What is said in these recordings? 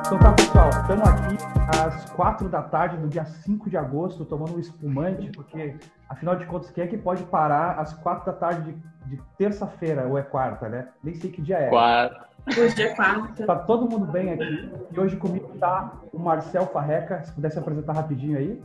Então tá, pessoal, estamos aqui às 4 da tarde do dia 5 de agosto, tomando um espumante, porque, afinal de contas, quem é que pode parar às 4 da tarde de terça-feira, ou é quarta, né? Nem sei que dia é. Quarta. Hoje é quarta. Tá todo mundo bem aqui, e hoje comigo tá o Marcel Farreca, se pudesse apresentar rapidinho aí.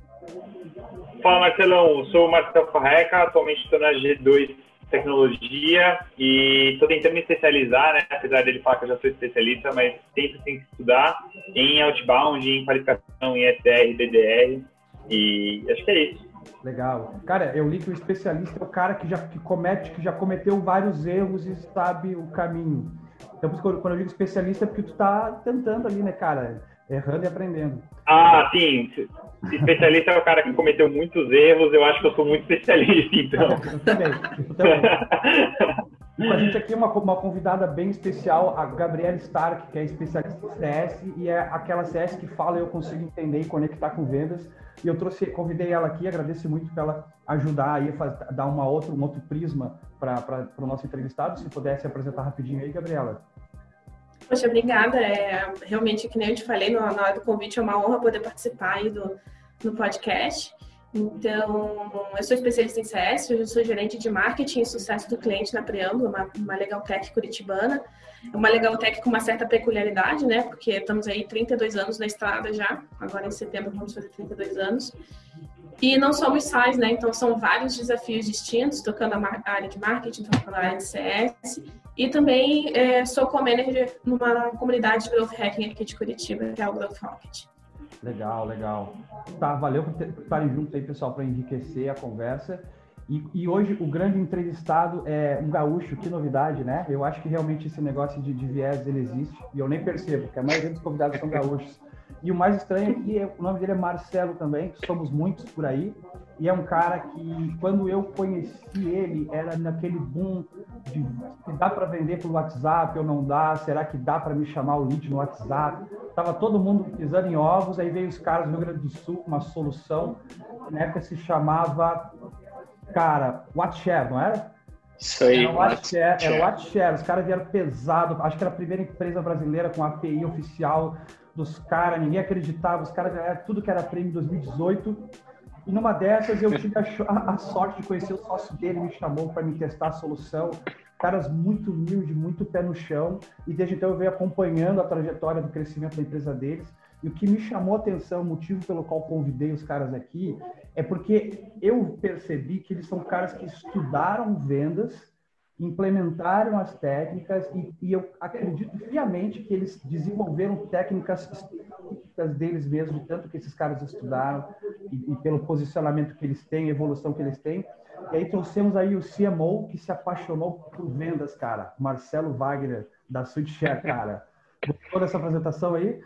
Fala, Marcelão, sou o Marcel Farreca, atualmente estou na G2 Tecnologia e estou tentando me especializar, né? Apesar dele falar que eu já sou especialista, mas sempre tem que estudar em outbound, em qualificação, em SDR, BDR, e acho que é isso. Legal. Cara, eu li que o especialista é o cara que já cometeu vários erros e sabe o caminho. Então, quando eu digo especialista, é porque tu tá tentando ali, né, cara? Errando e aprendendo. Ah, sim. Especialista é o cara que cometeu muitos erros. Eu acho que eu sou muito especialista, então. Eu também. E com a gente aqui uma convidada bem especial, a Gabriela Stark, que é especialista em CS e é aquela CS que fala e eu consigo entender e conectar com vendas. E eu convidei ela aqui, agradeço muito por ela ajudar aí a dar um outro prisma para o nosso entrevistado. Se pudesse apresentar rapidinho aí, Gabriela. Poxa, obrigada. Realmente, que nem eu te falei, na hora do convite, é uma honra poder participar aí do podcast. Então, eu sou especialista em CS, eu sou gerente de marketing e sucesso do cliente na Preâmbulo, uma Legal Tech curitibana. Uma Legal Tech com uma certa peculiaridade, né? Porque estamos aí 32 anos na estrada já, agora em setembro vamos fazer 32 anos. E não somos SaaS, né? Então, são vários desafios distintos, tocando a área de marketing, tocando a área de CS. E também sou co-manager numa comunidade de Growth Hacking aqui de Curitiba, que é o Growth Rocket. Legal, legal. Tá, valeu por estarem juntos aí, pessoal, para enriquecer a conversa. E hoje o grande entrevistado é um gaúcho, que novidade, né? Eu acho que realmente esse negócio de viés, ele existe, e eu nem percebo, porque a maioria dos convidados são gaúchos. E o mais estranho aqui, o nome dele é Marcelo também, somos muitos por aí, e é um cara que, quando eu conheci ele, era naquele boom de dá para vender pelo WhatsApp ou não dá, será que dá para me chamar o lead no WhatsApp? Tava todo mundo pisando em ovos, aí veio os caras do Rio Grande do Sul com uma solução, que na época se chamava, cara, WhatsApp, não era? Isso aí. Era o WhatsApp, os caras vieram pesado, acho que era a primeira empresa brasileira com API oficial dos caras, ninguém acreditava, os caras ganharam tudo que era prêmio em 2018, e numa dessas eu tive a sorte de conhecer o sócio dele, me chamou para me testar a solução, caras muito humildes, muito pé no chão, e desde então eu venho acompanhando a trajetória do crescimento da empresa deles, e o que me chamou a atenção, o motivo pelo qual convidei os caras aqui, é porque eu percebi que eles são caras que estudaram vendas, implementaram as técnicas e eu acredito fiamente que eles desenvolveram técnicas específicas deles mesmos, de tanto que esses caras estudaram e pelo posicionamento que eles têm, evolução que eles têm. E aí trouxemos aí o CMO que se apaixonou por vendas, cara, Marcelo Wagner, da SweetShare, cara. Gostou dessa apresentação aí?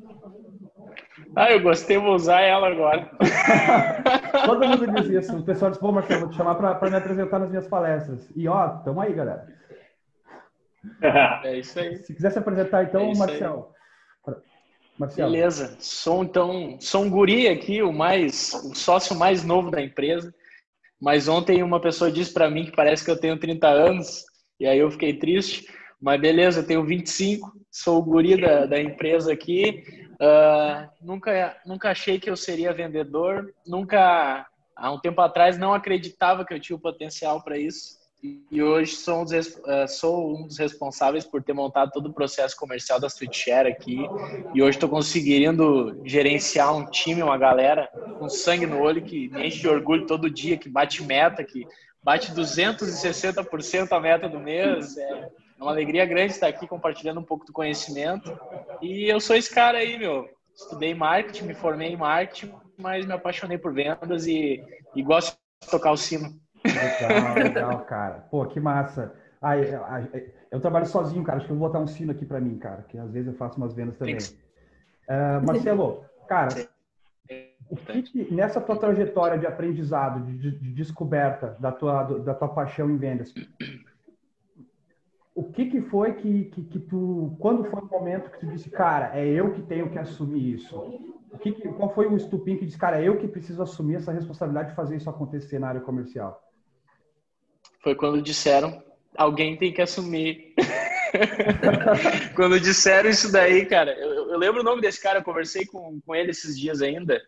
Ah, eu gostei, vou usar ela agora. Todo mundo diz isso. O pessoal diz, pô, Marcelo, vou te chamar para me apresentar nas minhas palestras. E ó, tamo aí, galera. É isso aí. Se quiser se apresentar, então, Marcelo. Beleza. Sou um guri aqui, o sócio mais novo da empresa. Mas ontem uma pessoa disse para mim que parece que eu tenho 30 anos. E aí eu fiquei triste. Mas beleza, eu tenho 25. Sou o guri da empresa aqui. Nunca achei que eu seria vendedor, há um tempo atrás não acreditava que eu tinha o potencial para isso, e hoje sou um dos responsáveis por ter montado todo o processo comercial da SweetShare aqui, e hoje estou conseguindo gerenciar um time, uma galera com sangue no olho, que me enche de orgulho todo dia, que bate meta, que bate 260% a meta do mês. É uma alegria grande estar aqui compartilhando um pouco do conhecimento. E eu sou esse cara aí, meu. Estudei marketing, me formei em marketing, mas me apaixonei por vendas e gosto de tocar o sino. Legal, cara. Pô, que massa. Eu trabalho sozinho, cara. Acho que eu vou botar um sino aqui para mim, cara, que às vezes eu faço umas vendas também. Marcelo, cara, o que nessa tua trajetória de aprendizado, de descoberta da tua paixão em vendas, o que foi que tu, quando foi o momento que tu disse, cara, é eu que tenho que assumir isso? Qual foi o estupim que disse, cara, é eu que preciso assumir essa responsabilidade de fazer isso acontecer na área comercial? Foi quando disseram, alguém tem que assumir. Quando disseram isso daí, cara, eu lembro o nome desse cara, eu conversei com ele esses dias ainda.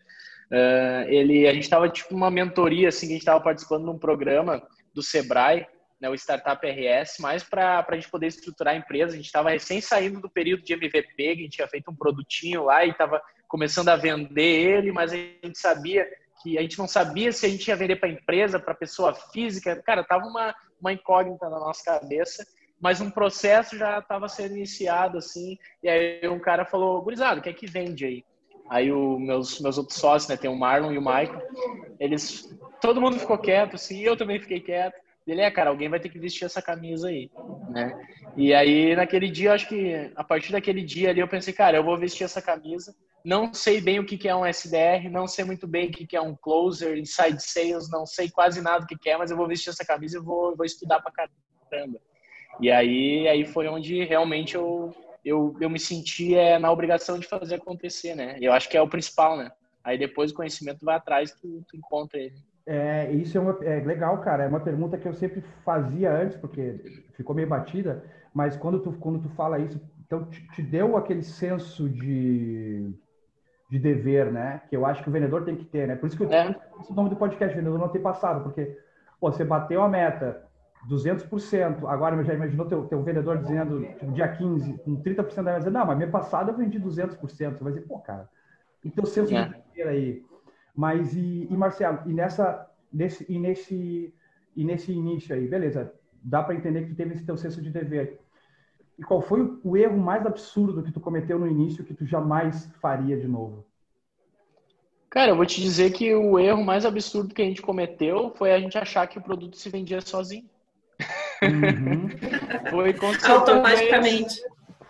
A gente estava tipo uma mentoria, assim, que a gente estava participando de um programa do Sebrae, né, o Startup RS, mais para a gente poder estruturar a empresa. A gente estava recém saindo do período de MVP, que a gente tinha feito um produtinho lá e estava começando a vender ele, mas a gente não sabia se a gente ia vender para empresa, para pessoa física. Cara, tava uma incógnita na nossa cabeça, mas um processo já estava sendo iniciado, assim, e aí um cara falou, gurizada, o que é que vende aí? Aí meus outros sócios, né, tem o Marlon e o Michael, todo mundo ficou quieto, assim, eu também fiquei quieto. Ele cara, alguém vai ter que vestir essa camisa aí, né? E aí, naquele dia, acho que a partir daquele dia ali, eu pensei, cara, eu vou vestir essa camisa. Não sei bem o que é um SDR, não sei muito bem o que é um closer, inside sales, não sei quase nada o que é, mas eu vou vestir essa camisa e vou estudar pra caramba. E aí foi onde realmente eu me senti na obrigação de fazer acontecer, né? Eu acho que é o principal, né? Aí depois o conhecimento vai atrás, tu encontra ele. Isso é legal, cara. É uma pergunta que eu sempre fazia antes, porque ficou meio batida, mas quando tu fala isso, então te deu aquele senso de dever, né? Que eu acho que o vendedor tem que ter, né? Por isso que o nome do podcast, vendedor não tem passado, porque você bateu a meta 200%, agora já imaginou teu vendedor dizendo, tipo, dia 15, com 30% da meta, dizendo, não, mas mês passado eu vendi 200%. Você vai dizer, pô, cara, e teu senso de dever aí. Mas, Marcelo, nesse início aí, beleza, dá para entender que tu teve esse teu senso de dever. E qual foi o erro mais absurdo que tu cometeu no início que tu jamais faria de novo? Cara, eu vou te dizer que o erro mais absurdo que a gente cometeu foi a gente achar que o produto se vendia sozinho. Uhum. Foi automaticamente.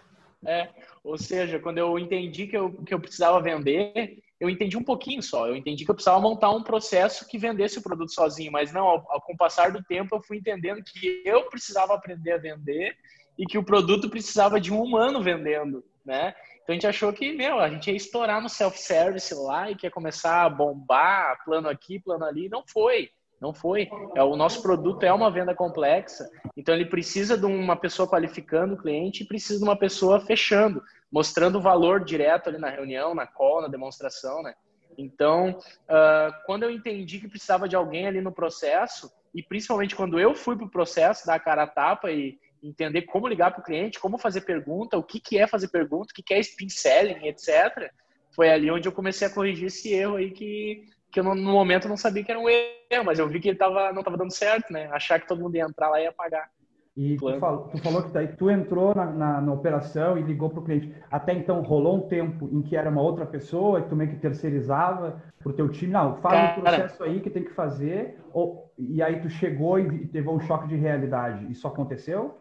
Ou seja, quando eu entendi que eu precisava vender, eu entendi um pouquinho só. Eu entendi que eu precisava montar um processo que vendesse o produto sozinho, mas não, com o passar do tempo eu fui entendendo que eu precisava aprender a vender e que o produto precisava de um humano vendendo, né? Então a gente achou que, a gente ia estourar no self-service lá e que ia começar a bombar, plano aqui, plano ali. Não foi. O nosso produto é uma venda complexa, então ele precisa de uma pessoa qualificando o cliente e precisa de uma pessoa fechando, mostrando o valor direto ali na reunião, na call, na demonstração, né? Então, quando eu entendi que precisava de alguém ali no processo, e principalmente quando eu fui para o processo, dar a cara a tapa e entender como ligar para o cliente, como fazer pergunta, o que é fazer pergunta, o que é spin selling, etc., foi ali onde eu comecei a corrigir esse erro aí que eu no momento não sabia que era um erro, mas eu vi que ele não estava dando certo, né? Achar que todo mundo ia entrar lá e ia pagar. E tu falou que daí tu entrou na operação e ligou para o cliente. Até então rolou um tempo em que era uma outra pessoa, que tu meio que terceirizava para o teu time. Não, faz o processo aí que tem que fazer. E aí tu chegou e teve um choque de realidade. Isso aconteceu?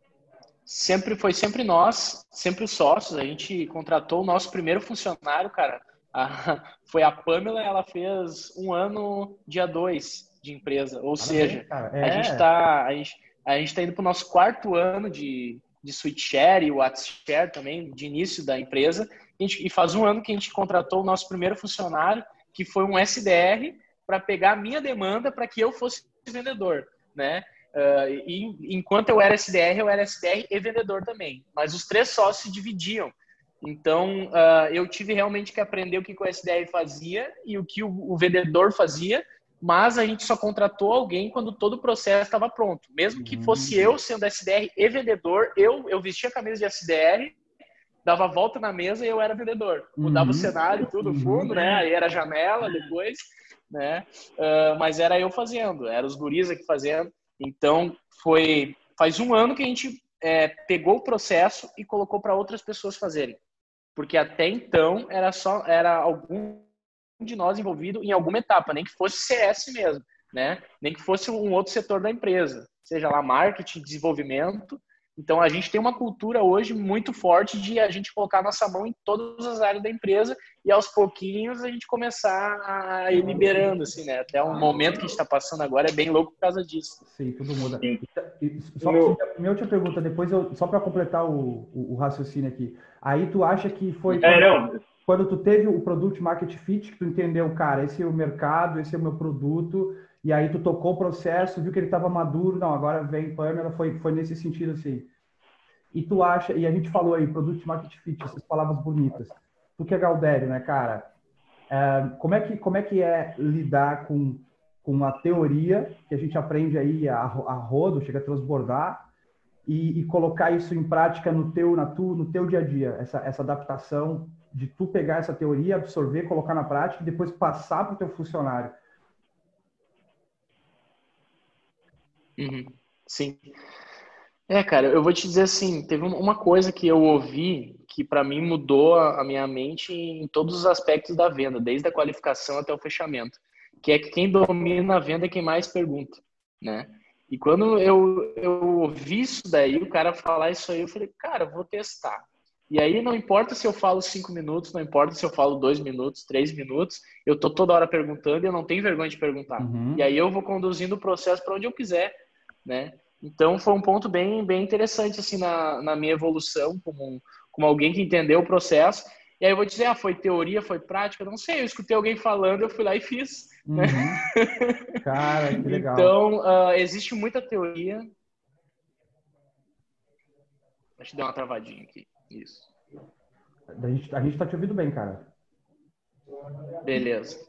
Foi sempre nós, sempre os sócios. A gente contratou o nosso primeiro funcionário, cara. Foi a Pamela, ela fez 1 ano, dia 2 de empresa. Ou seja, a gente tá indo para o nosso 4º ano de Suite Share e WhatsApp também, de início da empresa. E faz 1 ano que a gente contratou o nosso primeiro funcionário, que foi um SDR, para pegar a minha demanda para que eu fosse vendedor, né? E enquanto eu era SDR e vendedor também. Mas os 3 sócios se dividiam. Então, eu tive realmente que aprender o que o SDR fazia e o que o vendedor fazia, mas a gente só contratou alguém quando todo o processo estava pronto. Mesmo que fosse eu sendo SDR e vendedor, eu vestia a camisa de SDR, dava a volta na mesa e eu era vendedor. Mudava o cenário, tudo, fundo, né? Aí era janela depois, né? Mas era eu fazendo, era os guris aqui fazendo. Então, faz 1 ano que a gente pegou o processo e colocou para outras pessoas fazerem. Porque até então era algum de nós envolvido em alguma etapa, nem que fosse CS mesmo, né? Nem que fosse um outro setor da empresa, seja lá marketing, desenvolvimento. Então a gente tem uma cultura hoje muito forte de a gente colocar nossa mão em todas as áreas da empresa e aos pouquinhos a gente começar a ir liberando, assim, né? Até o momento que a gente está passando agora é bem louco por causa disso. Sim, tudo muda. Só minha última pergunta, depois só para completar o raciocínio aqui. Aí tu acha que foi quando tu teve o Product Market Fit, que tu entendeu, cara, esse é o mercado, esse é o meu produto, e aí tu tocou o processo, viu que ele estava maduro, não, agora vem Pamela, foi nesse sentido, assim. E tu acha, e a gente falou aí, Product Market Fit, essas palavras bonitas. Tu que é Gaudério, né, cara? Como é que é lidar com a teoria que a gente aprende aí a rodo, chega a transbordar, e colocar isso em prática no teu dia a dia, essa adaptação de tu pegar essa teoria, absorver, colocar na prática e depois passar para o teu funcionário? Sim. Cara, eu vou te dizer assim, teve uma coisa que eu ouvi que para mim mudou a minha mente em todos os aspectos da venda, desde a qualificação até o fechamento, que é que quem domina a venda é quem mais pergunta, né? E quando eu ouvi isso daí, o cara falar isso aí, eu falei, cara, vou testar. E aí não importa se eu falo 5 minutos, não importa se eu falo 2 minutos, 3 minutos, eu tô toda hora perguntando e eu não tenho vergonha de perguntar. E aí eu vou conduzindo o processo para onde eu quiser, né? Então foi um ponto bem interessante assim na minha evolução como alguém que entendeu o processo. E aí eu vou dizer, foi teoria, foi prática, não sei, eu escutei alguém falando, eu fui lá e fiz. Né? Cara, que legal. Então, existe muita teoria. Deixa eu dar uma travadinha aqui. Isso. A gente tá te ouvindo bem, cara. Beleza.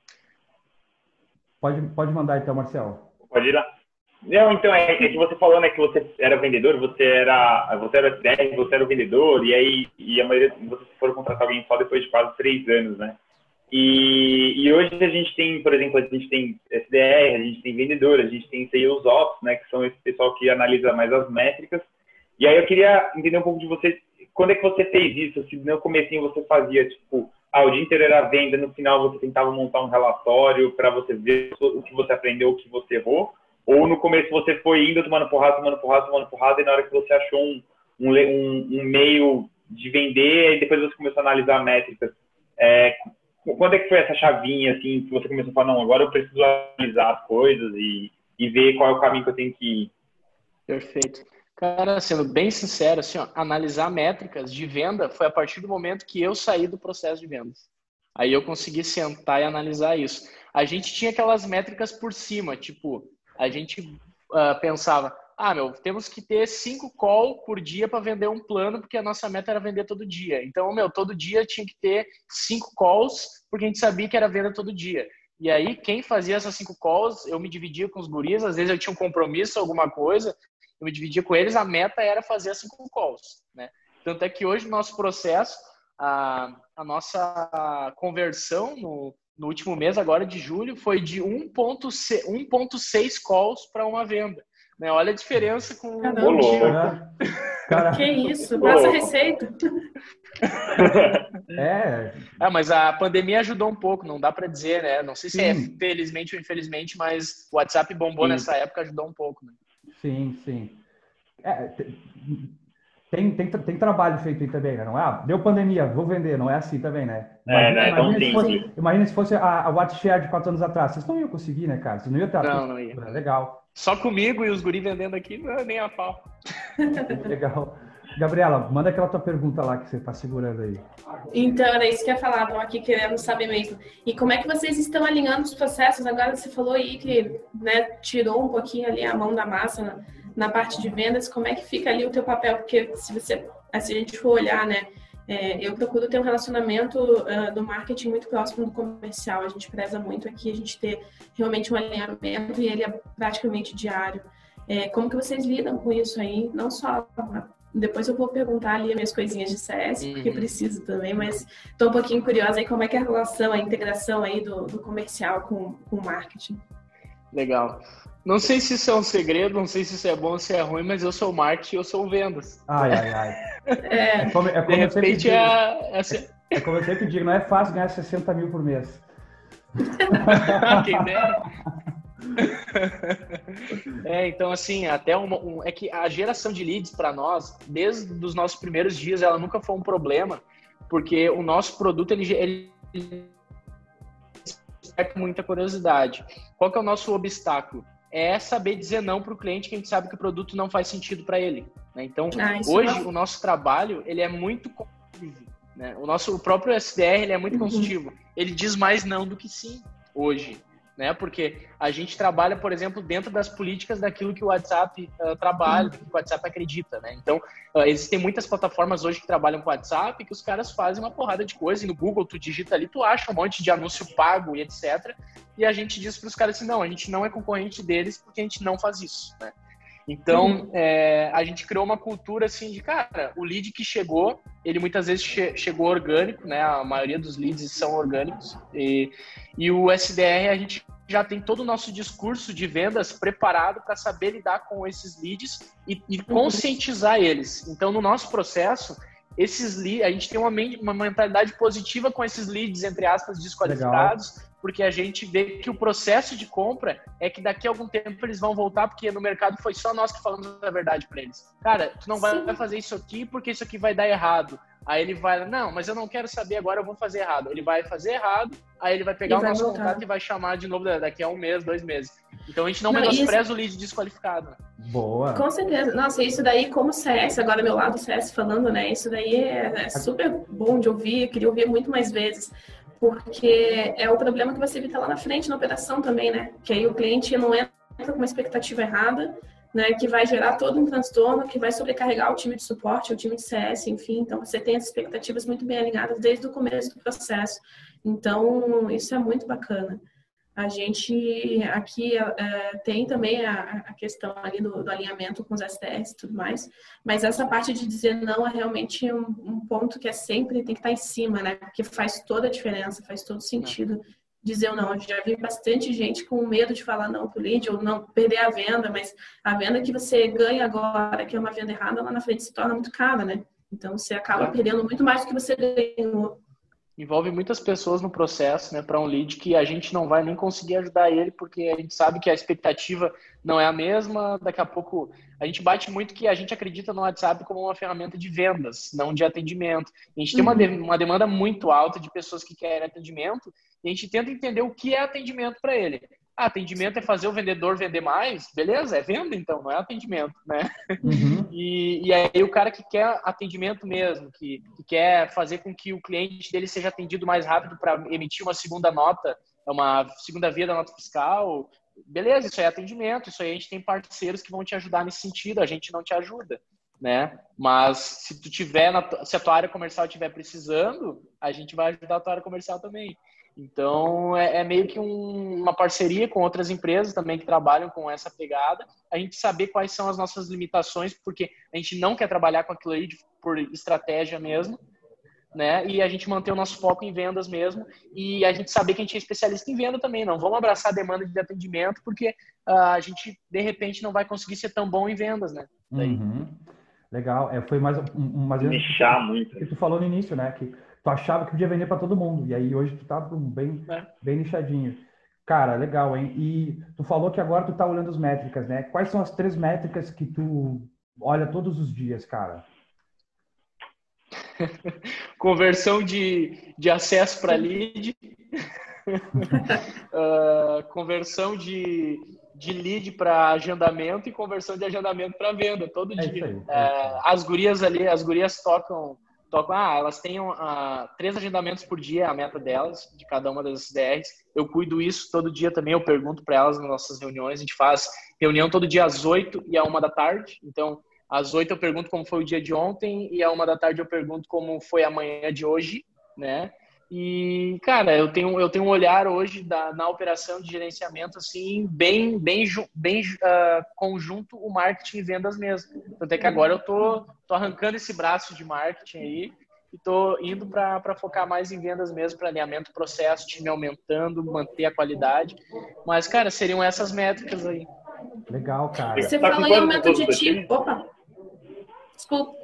Pode mandar então, Marcel. Pode ir lá. Não, então, é que você falou, né, que você era vendedor, você era SDR, você era o vendedor, e a maioria, vocês foram contratar alguém só depois de quase 3 anos, né? E hoje a gente tem, por exemplo, a gente tem SDR, a gente tem vendedor, a gente tem Sales Ops, né, que são esse pessoal que analisa mais as métricas. E aí eu queria entender um pouco de você, quando é que você fez isso? Se no comecinho você fazia, tipo, o dia inteiro era venda, no final você tentava montar um relatório para você ver o que você aprendeu, o que você errou, ou no começo você foi indo tomando porrada, e na hora que você achou um meio de vender, e depois você começou a analisar métricas. Quando é que foi essa chavinha, assim, que você começou a falar, não, agora eu preciso analisar as coisas e ver qual é o caminho que eu tenho que ir? Perfeito. Cara, sendo bem sincero, assim, analisar métricas de venda foi a partir do momento que eu saí do processo de vendas. Aí eu consegui sentar e analisar isso. A gente tinha aquelas métricas por cima, tipo, a gente pensava, temos que ter 5 calls por dia para vender um plano, porque a nossa meta era vender todo dia. Então, todo dia tinha que ter 5 calls, porque a gente sabia que era venda todo dia. E aí, quem fazia essas 5 calls, eu me dividia com os guris, às vezes eu tinha um compromisso, alguma coisa, eu me dividia com eles, a meta era fazer as 5 calls, né? Tanto é que hoje, no nosso processo, a nossa conversão no último mês, agora de julho, foi de 1.6 calls para uma venda. Né? Olha a diferença com um dia. Que isso? Passa receita. Mas a pandemia ajudou um pouco, não dá para dizer, né? Não sei se é felizmente ou infelizmente, mas o WhatsApp bombou nessa época, ajudou um pouco, né? Sim. Tem trabalho feito aí também, né? Não é? Deu pandemia, vou vender, não é assim também, né? Imagina se fosse a WhatsApp de 4 anos atrás. Vocês não iam conseguir, né, cara? Vocês não iam ter não ia. Legal. Só comigo e os guri vendendo aqui, nem a pau. Legal. Gabriela, manda aquela tua pergunta lá que você está segurando aí. Então, era isso que eu ia falar, estou aqui querendo saber mesmo. E como é que vocês estão alinhando os processos? Agora você falou aí que, né, tirou um pouquinho ali a mão da massa na parte de vendas. Como é que fica ali o teu papel? Porque se a gente for olhar, né, eu procuro ter um relacionamento do marketing muito próximo do comercial. A gente preza muito aqui a gente ter realmente um alinhamento e ele é praticamente diário. Como que vocês lidam com isso aí? Não só... Depois eu vou perguntar ali as minhas coisinhas de CS, porque preciso também, mas estou um pouquinho curiosa aí como é que é a relação, a integração aí do comercial com o marketing. Legal. Não sei se isso é um segredo, não sei se isso é bom ou se é ruim, mas eu sou marketing e eu sou vendas. Ai. De repente é como eu sempre digo, não é fácil ganhar 60 mil por mês. Quem dera. Então assim, até é que a geração de leads para nós, desde os nossos primeiros dias, ela nunca foi um problema, porque o nosso produto ele desperta muita curiosidade. Qual que é o nosso obstáculo? É saber dizer não para o cliente que a gente sabe que o produto não faz sentido para ele, né? Então, hoje o nosso trabalho ele é muito consultivo, né? O próprio SDR ele é muito consultivo. Ele diz mais não do que sim hoje. né? Porque a gente trabalha, por exemplo, dentro das políticas daquilo que o WhatsApp trabalha, que o WhatsApp acredita, né? Então, existem muitas plataformas hoje que trabalham com WhatsApp que os caras fazem uma porrada de coisa e no Google tu digita ali, tu acha um monte de anúncio pago e etc. E a gente diz para os caras assim, não, a gente não é concorrente deles porque a gente não faz isso, né? Então, a gente criou uma cultura assim de, cara, o lead que chegou, ele muitas vezes chegou orgânico, né? A maioria dos leads são orgânicos. E o SDR, a gente já tem todo o nosso discurso de vendas preparado para saber lidar com esses leads e conscientizar eles. Então, no nosso processo, esses leads, a gente tem uma mentalidade positiva com esses leads, entre aspas, desqualificados. Legal. Porque a gente vê que o processo de compra é que daqui a algum tempo eles vão voltar, porque no mercado foi só nós que falamos a verdade para eles. Cara, tu não vai fazer isso aqui porque isso aqui vai dar errado. Aí ele vai, não, mas eu não quero saber agora, eu vou fazer errado. Ele vai fazer errado, aí ele vai pegar o nosso contato e vai chamar de novo daqui a 1 mês, 2 meses. Então a gente não menospreza o lead desqualificado. Boa. Com certeza. Nossa, isso daí como CS, agora meu lado CS falando, né? Isso daí é super bom de ouvir, eu queria ouvir muito mais vezes. Porque é o problema que você evita lá na frente, na operação também, né? Que aí o cliente não entra com uma expectativa errada, né? Que vai gerar todo um transtorno, que vai sobrecarregar o time de suporte, o time de CS, enfim. Então, você tem as expectativas muito bem alinhadas desde o começo do processo. Então, isso é muito bacana. A gente aqui tem também a questão ali do alinhamento com os SDRs e tudo mais, mas essa parte de dizer não é realmente um ponto que sempre tem que estar em cima, né? Porque faz toda a diferença, faz todo sentido dizer não. Eu já vi bastante gente com medo de falar não pro lead ou não perder a venda, mas a venda que você ganha agora, que é uma venda errada, lá na frente se torna muito cara, né? Então você acaba perdendo muito mais do que você ganhou. Envolve muitas pessoas no processo, né, para um lead que a gente não vai nem conseguir ajudar ele, porque a gente sabe que a expectativa não é a mesma. Daqui a pouco a gente bate muito que a gente acredita no WhatsApp como uma ferramenta de vendas, não de atendimento. A gente tem uma demanda muito alta de pessoas que querem atendimento e a gente tenta entender o que é atendimento para ele. Atendimento é fazer o vendedor vender mais? Beleza, é venda então, não é atendimento, né? E aí o cara que quer atendimento mesmo, que quer fazer com que o cliente dele seja atendido mais rápido para emitir uma segunda nota, uma segunda via da nota fiscal, beleza, isso aí é atendimento, isso aí a gente tem parceiros que vão te ajudar nesse sentido, a gente não te ajuda, né? Mas se tu tiver, se a tua área comercial estiver precisando, a gente vai ajudar a tua área comercial também. Então, é meio que uma parceria com outras empresas também que trabalham com essa pegada. A gente saber quais são as nossas limitações, porque a gente não quer trabalhar com aquilo aí por estratégia mesmo, né? E a gente manter o nosso foco em vendas mesmo. E a gente saber que a gente é especialista em venda também. Não vamos abraçar a demanda de atendimento, porque a gente, de repente, não vai conseguir ser tão bom em vendas, né? Legal. Foi mais nichar muito. Que tu falou no início, né? Que tu achava que podia vender para todo mundo. E aí hoje tu tá bem nichadinho. Cara, legal, hein? E tu falou que agora tu tá olhando as métricas, né? Quais são as 3 métricas que tu olha todos os dias, cara? Conversão de acesso para lead. Conversão de lead para agendamento e conversão de agendamento para venda, todo dia. As gurias tocam, elas têm 3 agendamentos por dia, a meta delas, de cada uma das DRs. Eu cuido isso todo dia também, eu pergunto para elas nas nossas reuniões. A gente faz reunião todo dia às 8 e à 1 da tarde. Então, às 8 eu pergunto como foi o dia de ontem e à 1 da tarde eu pergunto como foi a manhã de hoje, né? E, cara, eu tenho um olhar hoje na operação de gerenciamento, assim, bem conjunto o marketing e vendas mesmo. Tanto é que agora eu tô arrancando esse braço de marketing aí e tô indo para focar mais em vendas mesmo, para alinhamento, processo, time aumentando, manter a qualidade. Mas, cara, seriam essas métricas aí. Legal, cara. Você falou em aumento de time. Opa! Desculpa.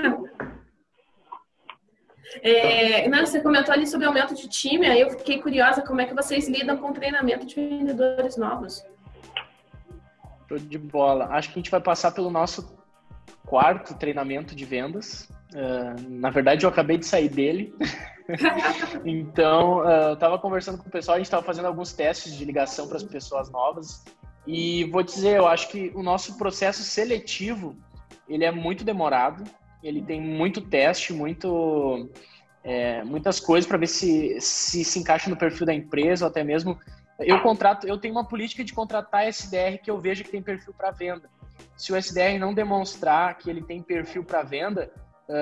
Você comentou ali sobre aumento de time, aí eu fiquei curiosa como é que vocês lidam com o treinamento de vendedores novos. Tô de bola. Acho que a gente vai passar pelo nosso 4º treinamento de vendas. Na verdade, eu acabei de sair dele. Então, eu estava conversando com o pessoal, a gente estava fazendo alguns testes de ligação para as pessoas novas. E vou dizer, eu acho que o nosso processo seletivo, ele é muito demorado. Ele tem muito teste, muitas coisas para ver se encaixa no perfil da empresa, ou até mesmo Eu tenho uma política de contratar SDR que eu vejo que tem perfil para venda. Se o SDR não demonstrar que ele tem perfil para venda,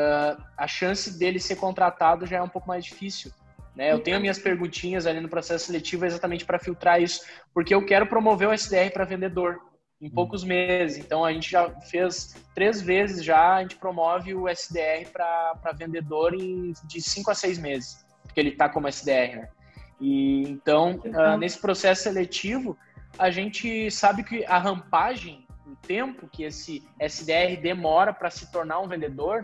a chance dele ser contratado já é um pouco mais difícil, né? Eu tenho minhas perguntinhas ali no processo seletivo exatamente para filtrar isso, porque eu quero promover o SDR para vendedor em poucos meses. Então, a gente já fez 3 vezes já, a gente promove o SDR para vendedor de 5 a 6 meses, porque ele está como SDR, né? E então, nesse processo seletivo, a gente sabe que a rampagem, o tempo que esse SDR demora para se tornar um vendedor,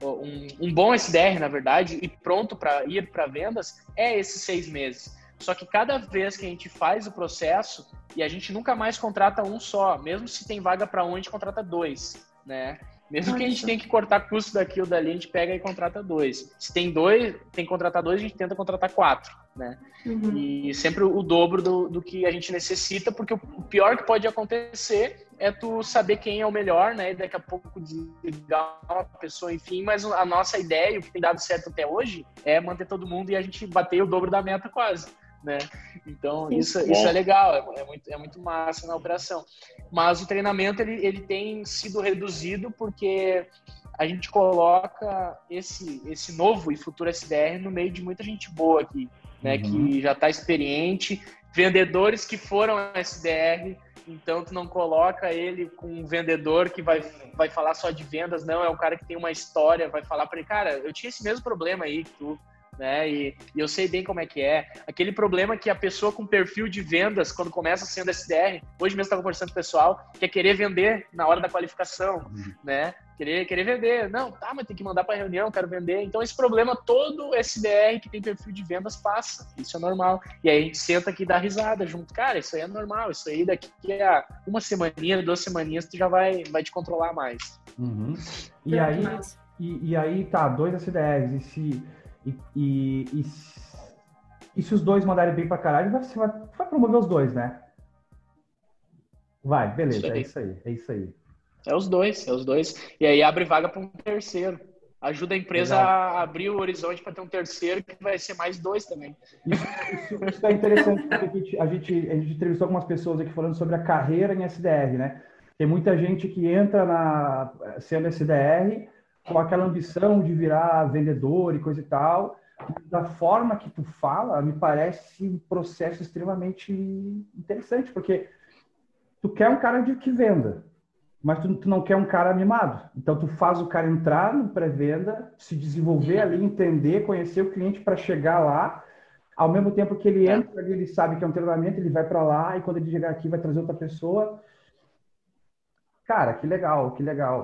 um bom SDR, na verdade, e pronto para ir para vendas, é esses 6 meses. Só que cada vez que a gente faz o processo, e a gente nunca mais contrata um só, mesmo se tem vaga para um, a gente contrata 2, né? Mesmo que a gente tenha que cortar custo daqui ou dali, a gente pega e contrata 2. Se tem 2, tem que contratar 2, a gente tenta contratar 4, né? Uhum. E sempre o dobro do que a gente necessita, porque o pior que pode acontecer é tu saber quem é o melhor, né? E daqui a pouco desligar uma pessoa, enfim. Mas a nossa ideia, o que tem dado certo até hoje, é manter todo mundo e a gente bater o dobro da meta quase, né? Então, isso é legal, é muito massa na operação. Mas o treinamento, ele tem sido reduzido porque a gente coloca esse novo e futuro SDR no meio de muita gente boa aqui, né? Que já está experiente, vendedores que foram SDR, então tu não coloca ele com um vendedor que vai falar só de vendas, não, é um cara que tem uma história, vai falar para ele, cara, eu tinha esse mesmo problema aí que tu, né? E eu sei bem como é que é. Aquele problema que a pessoa com perfil de vendas, quando começa sendo SDR, hoje mesmo estava conversando com o pessoal, quer querer vender na hora da qualificação, né? Querer vender. Não, tá, mas tem que mandar para reunião, quero vender. Então esse problema todo SDR que tem perfil de vendas passa. Isso é normal. E aí a gente senta aqui e dá risada junto. Cara, isso aí é normal. Isso aí daqui a 1 semaninha, 2 semaninhas, tu já vai te controlar mais. Uhum. E aí, tá, 2 SDRs. E se os 2 mandarem bem pra caralho, você vai promover os 2, né? Vai, beleza, é isso aí. É os dois. E aí abre vaga para um terceiro. Ajuda a empresa a abrir o horizonte para ter um terceiro, que vai ser mais 2 também. Isso é interessante, porque a gente entrevistou algumas pessoas aqui falando sobre a carreira em SDR, né? Tem muita gente que entra sendo SDR com aquela ambição de virar vendedor e coisa e tal. Da forma que tu fala, me parece um processo extremamente interessante, porque tu quer um cara que venda, mas tu não quer um cara mimado. Então, tu faz o cara entrar no pré-venda, se desenvolver ali, entender, conhecer o cliente para chegar lá. Ao mesmo tempo que ele entra ali, ele sabe que é um treinamento, ele vai para lá e quando ele chegar aqui vai trazer outra pessoa. Cara, que legal.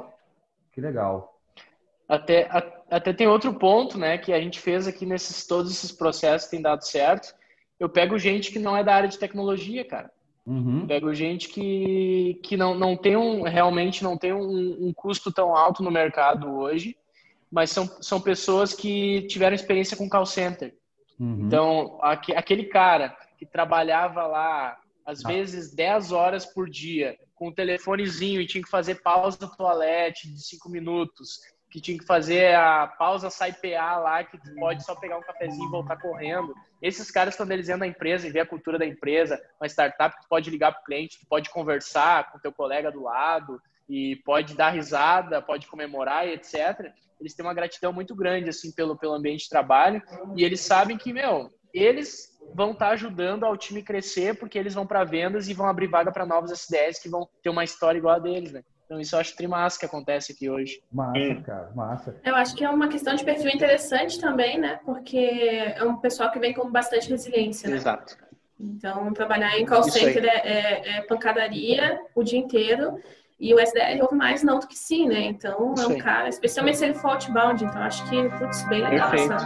Até tem outro ponto, né, que a gente fez aqui todos esses processos tem dado certo. Eu pego gente que não é da área de tecnologia, cara. Pego gente que não tem realmente não tem um custo tão alto no mercado hoje, mas são pessoas que tiveram experiência com call center. Então, aquele cara que trabalhava lá, às vezes 10 horas por dia, com um telefonezinho e tinha que fazer pausa no toalete de 5 minutos, que tinha que fazer a pausa sai PA lá, que tu pode só pegar um cafezinho e voltar correndo. Esses caras, quando eles entram na empresa e vê a cultura da empresa, uma startup que tu pode ligar pro cliente, tu pode conversar com teu colega do lado e pode dar risada, pode comemorar e etc. Eles têm uma gratidão muito grande, assim, pelo ambiente de trabalho e eles sabem que, eles vão estar ajudando ao time crescer porque eles vão para vendas e vão abrir vaga para novos SDRs que vão ter uma história igual a deles, né? Então, isso eu acho trimassa que acontece aqui hoje. Massa, cara, massa. Eu acho que é uma questão de perfil interessante também, né? Porque é um pessoal que vem com bastante resiliência, né? Exato. Então, trabalhar em call center é pancadaria o dia inteiro e o SDR ouve mais não do que sim, né? Então, é um cara, especialmente se ele for outbound, então acho que, bem legal. Perfeito.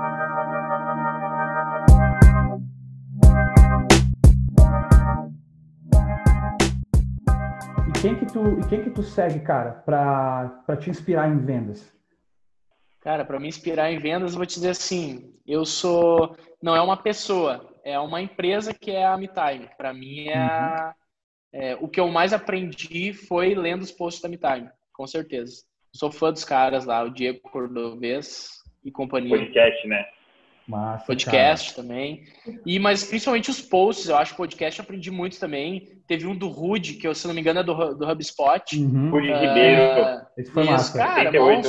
Quem que tu segue, cara, pra te inspirar em vendas? Cara, para me inspirar em vendas, eu vou te dizer assim, não é uma pessoa, é uma empresa que é a MeTime. Para mim, o que eu mais aprendi foi lendo os posts da MeTime, com certeza. Sou fã dos caras lá, o Diego Cordovez e companhia. Podcast, né? Massa, podcast cara. também. Mas principalmente os posts, eu acho que podcast eu aprendi muito também. Teve um do Rude, que eu, se não me engano, é do HubSpot. Rude Ribeiro. Esse foi massa. Cara, 88.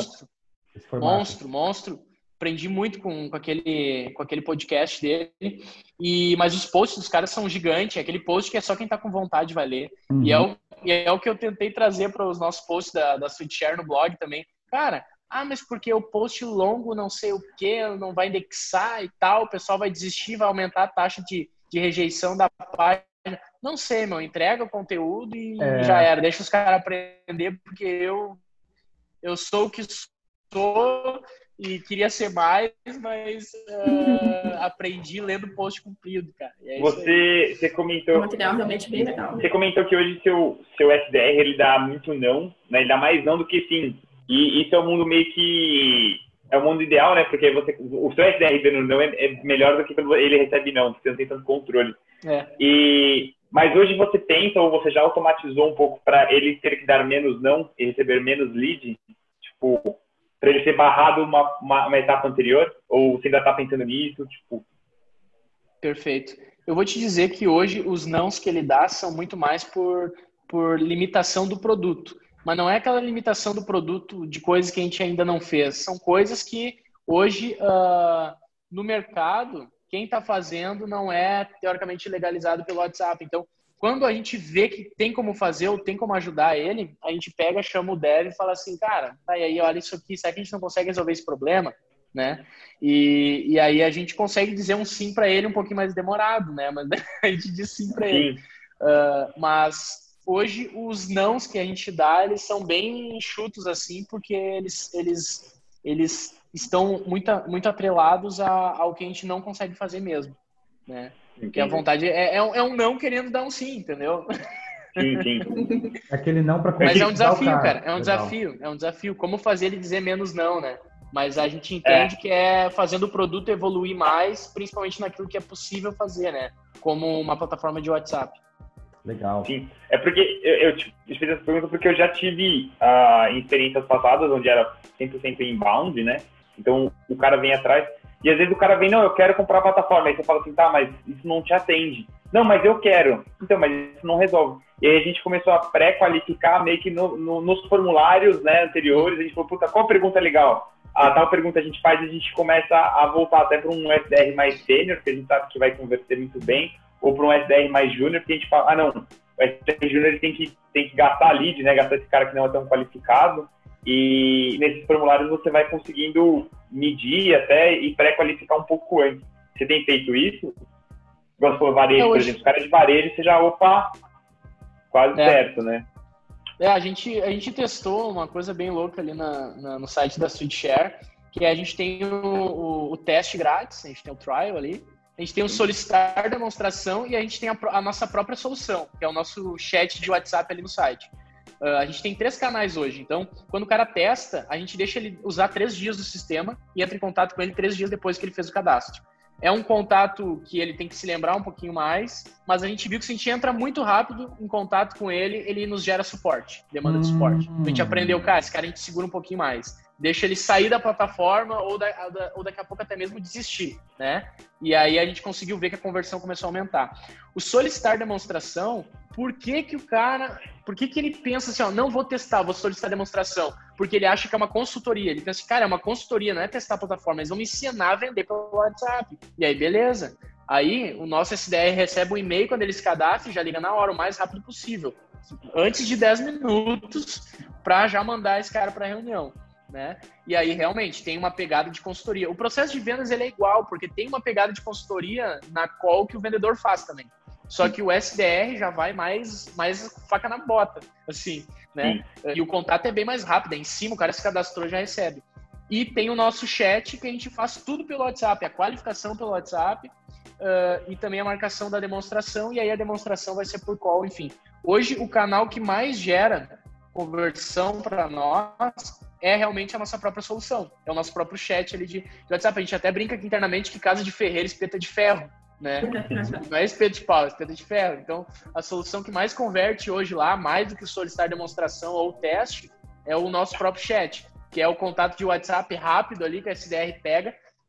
monstro. Aprendi muito com aquele podcast dele. Mas os posts dos caras são gigantes. É aquele post que é só quem tá com vontade vai ler. E é o que eu tentei trazer para os nossos posts da SweetShare no blog também. Cara, mas porque o post longo não sei o que, não vai indexar e tal, o pessoal vai desistir, vai aumentar a taxa de rejeição da página. Não sei, meu, entrega o conteúdo e já era. Deixa os caras aprender, porque eu sou o que sou e queria ser mais, mas aprendi lendo post comprido, cara. Você comentou... É um material realmente bem legal. Você comentou que hoje seu SDR, ele dá muito não, né? Ele dá mais não do que sim. E isso é um mundo meio que... É o mundo ideal, né? Porque o seu SDR dando não é melhor do que quando ele recebe não, porque você não tem tanto controle. Mas hoje você pensa, ou você já automatizou um pouco para ele ter que dar menos não e receber menos lead? Tipo, para ele ser barrado uma etapa anterior? Ou você ainda está pensando nisso? Tipo... Perfeito. Eu vou te dizer que hoje os nãos que ele dá são muito mais por limitação do produto. Mas não é aquela limitação do produto de coisas que a gente ainda não fez. São coisas que hoje, no mercado, quem está fazendo não é teoricamente legalizado pelo WhatsApp. Então, quando a gente vê que tem como fazer ou tem como ajudar ele, a gente pega, chama o dev e fala assim, cara, tá aí, olha isso aqui, será que a gente não consegue resolver esse problema? Né? E aí a gente consegue dizer um sim para ele um pouquinho mais demorado, né? Mas a gente diz sim para ele. Mas... Hoje, os nãos que a gente dá, eles são bem enxutos, assim, porque eles estão muito atrelados ao que a gente não consegue fazer mesmo, né? Porque a vontade é um não querendo dar um sim, entendeu? Sim. Aquele não para Mas é um desafio, cara. É um desafio. Como fazer ele dizer menos não, né? Mas a gente entende que é fazendo o produto evoluir mais, principalmente naquilo que é possível fazer, né? Como uma plataforma de WhatsApp. Legal. Sim, é porque eu te fiz essa pergunta porque eu já tive experiências passadas onde era 100% inbound, né? Então o cara vem atrás e às vezes o cara vem, não, eu quero comprar a plataforma. Aí você fala assim, tá, mas isso não te atende. Não, mas eu quero. Então, mas isso não resolve. E aí a gente começou a pré-qualificar meio que nos formulários, né, anteriores. A gente falou, puta, qual pergunta é legal? A tal pergunta a gente faz e a gente começa a voltar até para um SDR mais sênior, que a gente sabe que vai converter muito bem, ou para um SDR mais júnior, que a gente fala, não, o SDR júnior ele tem que gastar lead, né, gastar esse cara que não é tão qualificado, e nesses formulários você vai conseguindo medir até e pré-qualificar um pouco antes. Você tem feito isso? Igual você falou varejo, por exemplo, os caras de varejo, você já, quase perto, né? A gente testou uma coisa bem louca ali no site da SweetShare, que a gente tem o teste grátis, a gente tem o trial ali, a gente tem o solicitar demonstração e a gente tem a nossa própria solução, que é o nosso chat de WhatsApp ali no site. A gente tem 3 canais hoje, então quando o cara testa, a gente deixa ele usar 3 dias do sistema e entra em contato com ele 3 dias depois que ele fez o cadastro. É um contato que ele tem que se lembrar um pouquinho mais, mas a gente viu que se a gente entra muito rápido em contato com ele, ele nos gera suporte, demanda de suporte. A gente aprendeu, cara, esse cara a gente segura um pouquinho mais. Deixa ele sair da plataforma ou daqui a pouco até mesmo desistir, né? E aí a gente conseguiu ver que a conversão começou a aumentar. O solicitar demonstração, por que ele pensa assim, ó, não vou testar, vou solicitar demonstração? Porque ele acha que é uma consultoria. Ele pensa, cara, é uma consultoria, não é testar a plataforma, eles vão me ensinar a vender pelo WhatsApp. E aí, beleza. Aí, o nosso SDR recebe um e-mail quando ele se cadastra e já liga na hora, o mais rápido possível. Antes de 10 minutos, para já mandar esse cara para a reunião. Né? E aí realmente tem uma pegada de consultoria. O processo de vendas ele é igual, porque tem uma pegada de consultoria na qual que o vendedor faz também. Só que o SDR já vai mais faca na bota, assim, né? E o contato é bem mais rápido, é em cima, o cara se cadastrou já recebe. E tem o nosso chat que a gente faz tudo pelo WhatsApp, a qualificação pelo WhatsApp e também a marcação da demonstração, e aí a demonstração vai ser por call, enfim. Hoje o canal que mais gera conversão para nós é realmente a nossa própria solução. É o nosso próprio chat ali de WhatsApp. A gente até brinca aqui internamente que casa de ferreiro, espeta de ferro, né? Não é espeto de pau, é espeta de ferro. Então, a solução que mais converte hoje lá, mais do que solicitar demonstração ou teste, é o nosso próprio chat, que é o contato de WhatsApp rápido ali que a SDR pega.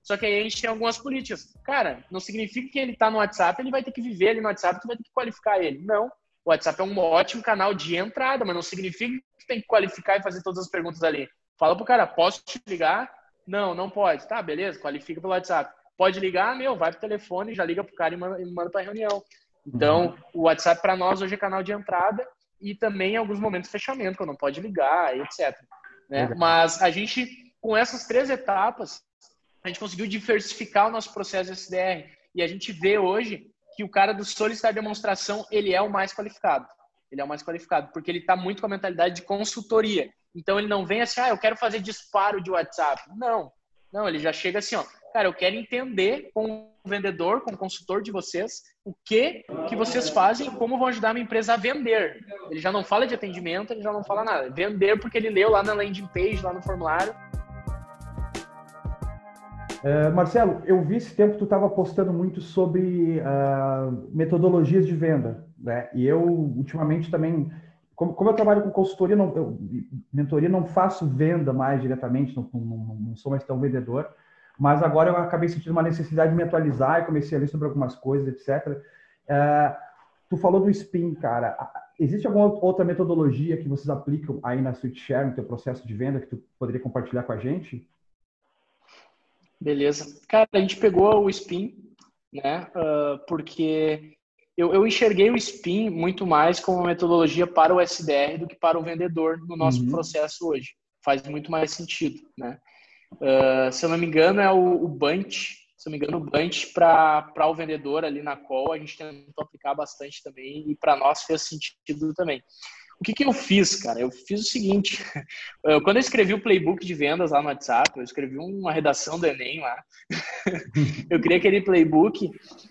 Só que aí a gente tem algumas políticas. Cara, não significa que ele está no WhatsApp, ele vai ter que viver ali no WhatsApp, tu vai ter que qualificar ele. Não. O WhatsApp é um ótimo canal de entrada, mas não significa que tu tem que qualificar e fazer todas as perguntas ali. Fala pro cara, posso te ligar? Não, não pode. Tá, beleza, qualifica pelo WhatsApp. Pode ligar? Vai pro telefone, já liga pro cara e manda pra reunião. Então, o WhatsApp para nós hoje é canal de entrada e também em alguns momentos fechamento, quando não pode ligar, etc. Né? Mas a gente, com essas 3 etapas, a gente conseguiu diversificar o nosso processo de SDR. E a gente vê hoje que o cara do solicitar demonstração, ele é o mais qualificado. Ele é o mais qualificado, porque ele está muito com a mentalidade de consultoria. Então, ele não vem assim, eu quero fazer disparo de WhatsApp. Não, ele já chega assim, cara, eu quero entender com o vendedor, com o consultor de vocês, o que vocês fazem e como vão ajudar a minha empresa a vender. Ele já não fala de atendimento, ele já não fala nada. Vender porque ele leu lá na landing page, lá no formulário. Marcelo, eu vi esse tempo que tu estava postando muito sobre metodologias de venda, né? E eu, ultimamente, também, como eu trabalho com consultoria, mentoria, não faço venda mais diretamente, não sou mais tão vendedor, mas agora eu acabei sentindo uma necessidade de me atualizar e comecei a ler sobre algumas coisas, etc. Tu falou do SPIN, cara. Existe alguma outra metodologia que vocês aplicam aí na SweetShare, no teu processo de venda, que tu poderia compartilhar com a gente? Beleza. Cara, a gente pegou o SPIN, né? Porque eu enxerguei o SPIN muito mais como uma metodologia para o SDR do que para o vendedor no nosso processo hoje. Faz muito mais sentido, né? Se eu não me engano, é o Bunch. Se eu não me engano, o Bunch para o vendedor ali na call, a gente tentou aplicar bastante também e para nós fez sentido também. O que eu fiz, cara? Eu fiz o seguinte, quando eu escrevi o playbook de vendas lá no WhatsApp, eu escrevi uma redação do Enem lá, eu criei aquele playbook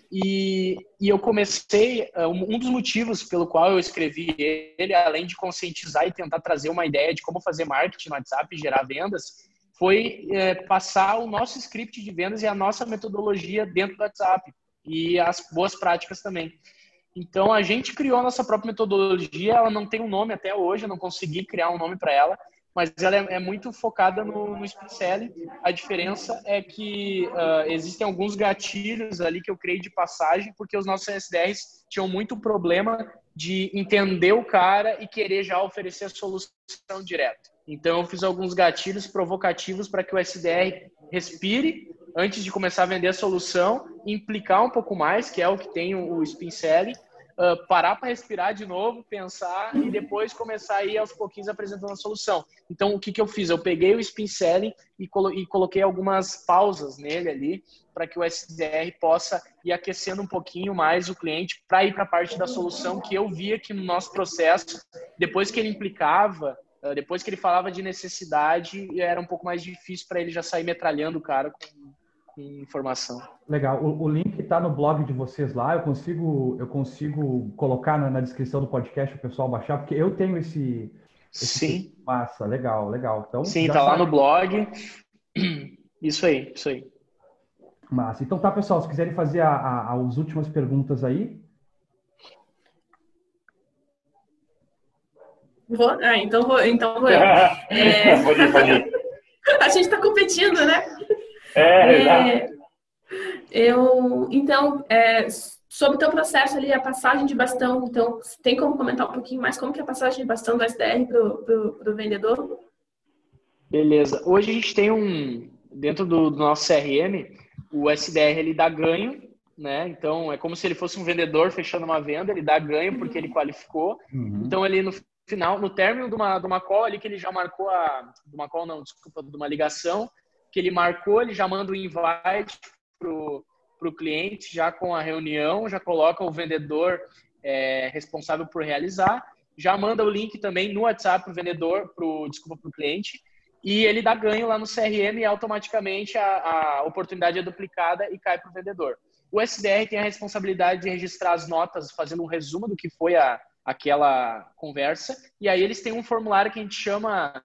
e eu comecei, um dos motivos pelo qual eu escrevi ele, além de conscientizar e tentar trazer uma ideia de como fazer marketing no WhatsApp e gerar vendas, foi passar o nosso script de vendas e a nossa metodologia dentro do WhatsApp e as boas práticas também. Então, a gente criou a nossa própria metodologia, ela não tem um nome até hoje, eu não consegui criar um nome para ela, mas ela é muito focada no Spin Selling. A diferença é que existem alguns gatilhos ali que eu criei de passagem, porque os nossos SDRs tinham muito problema de entender o cara e querer já oferecer a solução direto. Então, eu fiz alguns gatilhos provocativos para que o SDR respire antes de começar a vender a solução, implicar um pouco mais, que é o que tem o Spin Selling, parar para respirar de novo, pensar e depois começar a ir aos pouquinhos apresentando a solução. Então, o que eu fiz? Eu peguei o Spin Selling e coloquei algumas pausas nele ali para que o SDR possa ir aquecendo um pouquinho mais o cliente para ir para a parte da solução que eu via que no nosso processo, depois que ele implicava, depois que ele falava de necessidade, era um pouco mais difícil para ele já sair metralhando o cara com informação. Legal. O link está no blog de vocês lá. Eu consigo colocar na descrição do podcast o pessoal baixar, porque eu tenho esse Sim. Massa, legal. Então, sim, tá lá no blog. Isso aí. Massa. Então tá, pessoal, se quiserem fazer as últimas perguntas aí. Então vou eu. Pode ir. A gente está competindo, né? Então, sobre o teu processo ali, a passagem de bastão, então, tem como comentar um pouquinho mais como que é a passagem de bastão do SDR para o vendedor? Beleza. Hoje a gente tem dentro do nosso CRM, o SDR ele dá ganho, né? Então, é como se ele fosse um vendedor fechando uma venda, ele dá ganho porque ele qualificou. Então, ele no final, no término de uma call ali que ele já marcou de uma ligação, que ele marcou, ele já manda o invite pro cliente, já com a reunião, já coloca o vendedor responsável por realizar, já manda o link também no WhatsApp pro vendedor, pro cliente, e ele dá ganho lá no CRM e automaticamente a oportunidade é duplicada e cai pro vendedor. O SDR tem a responsabilidade de registrar as notas, fazendo um resumo do que foi aquela conversa, e aí eles têm um formulário que a gente chama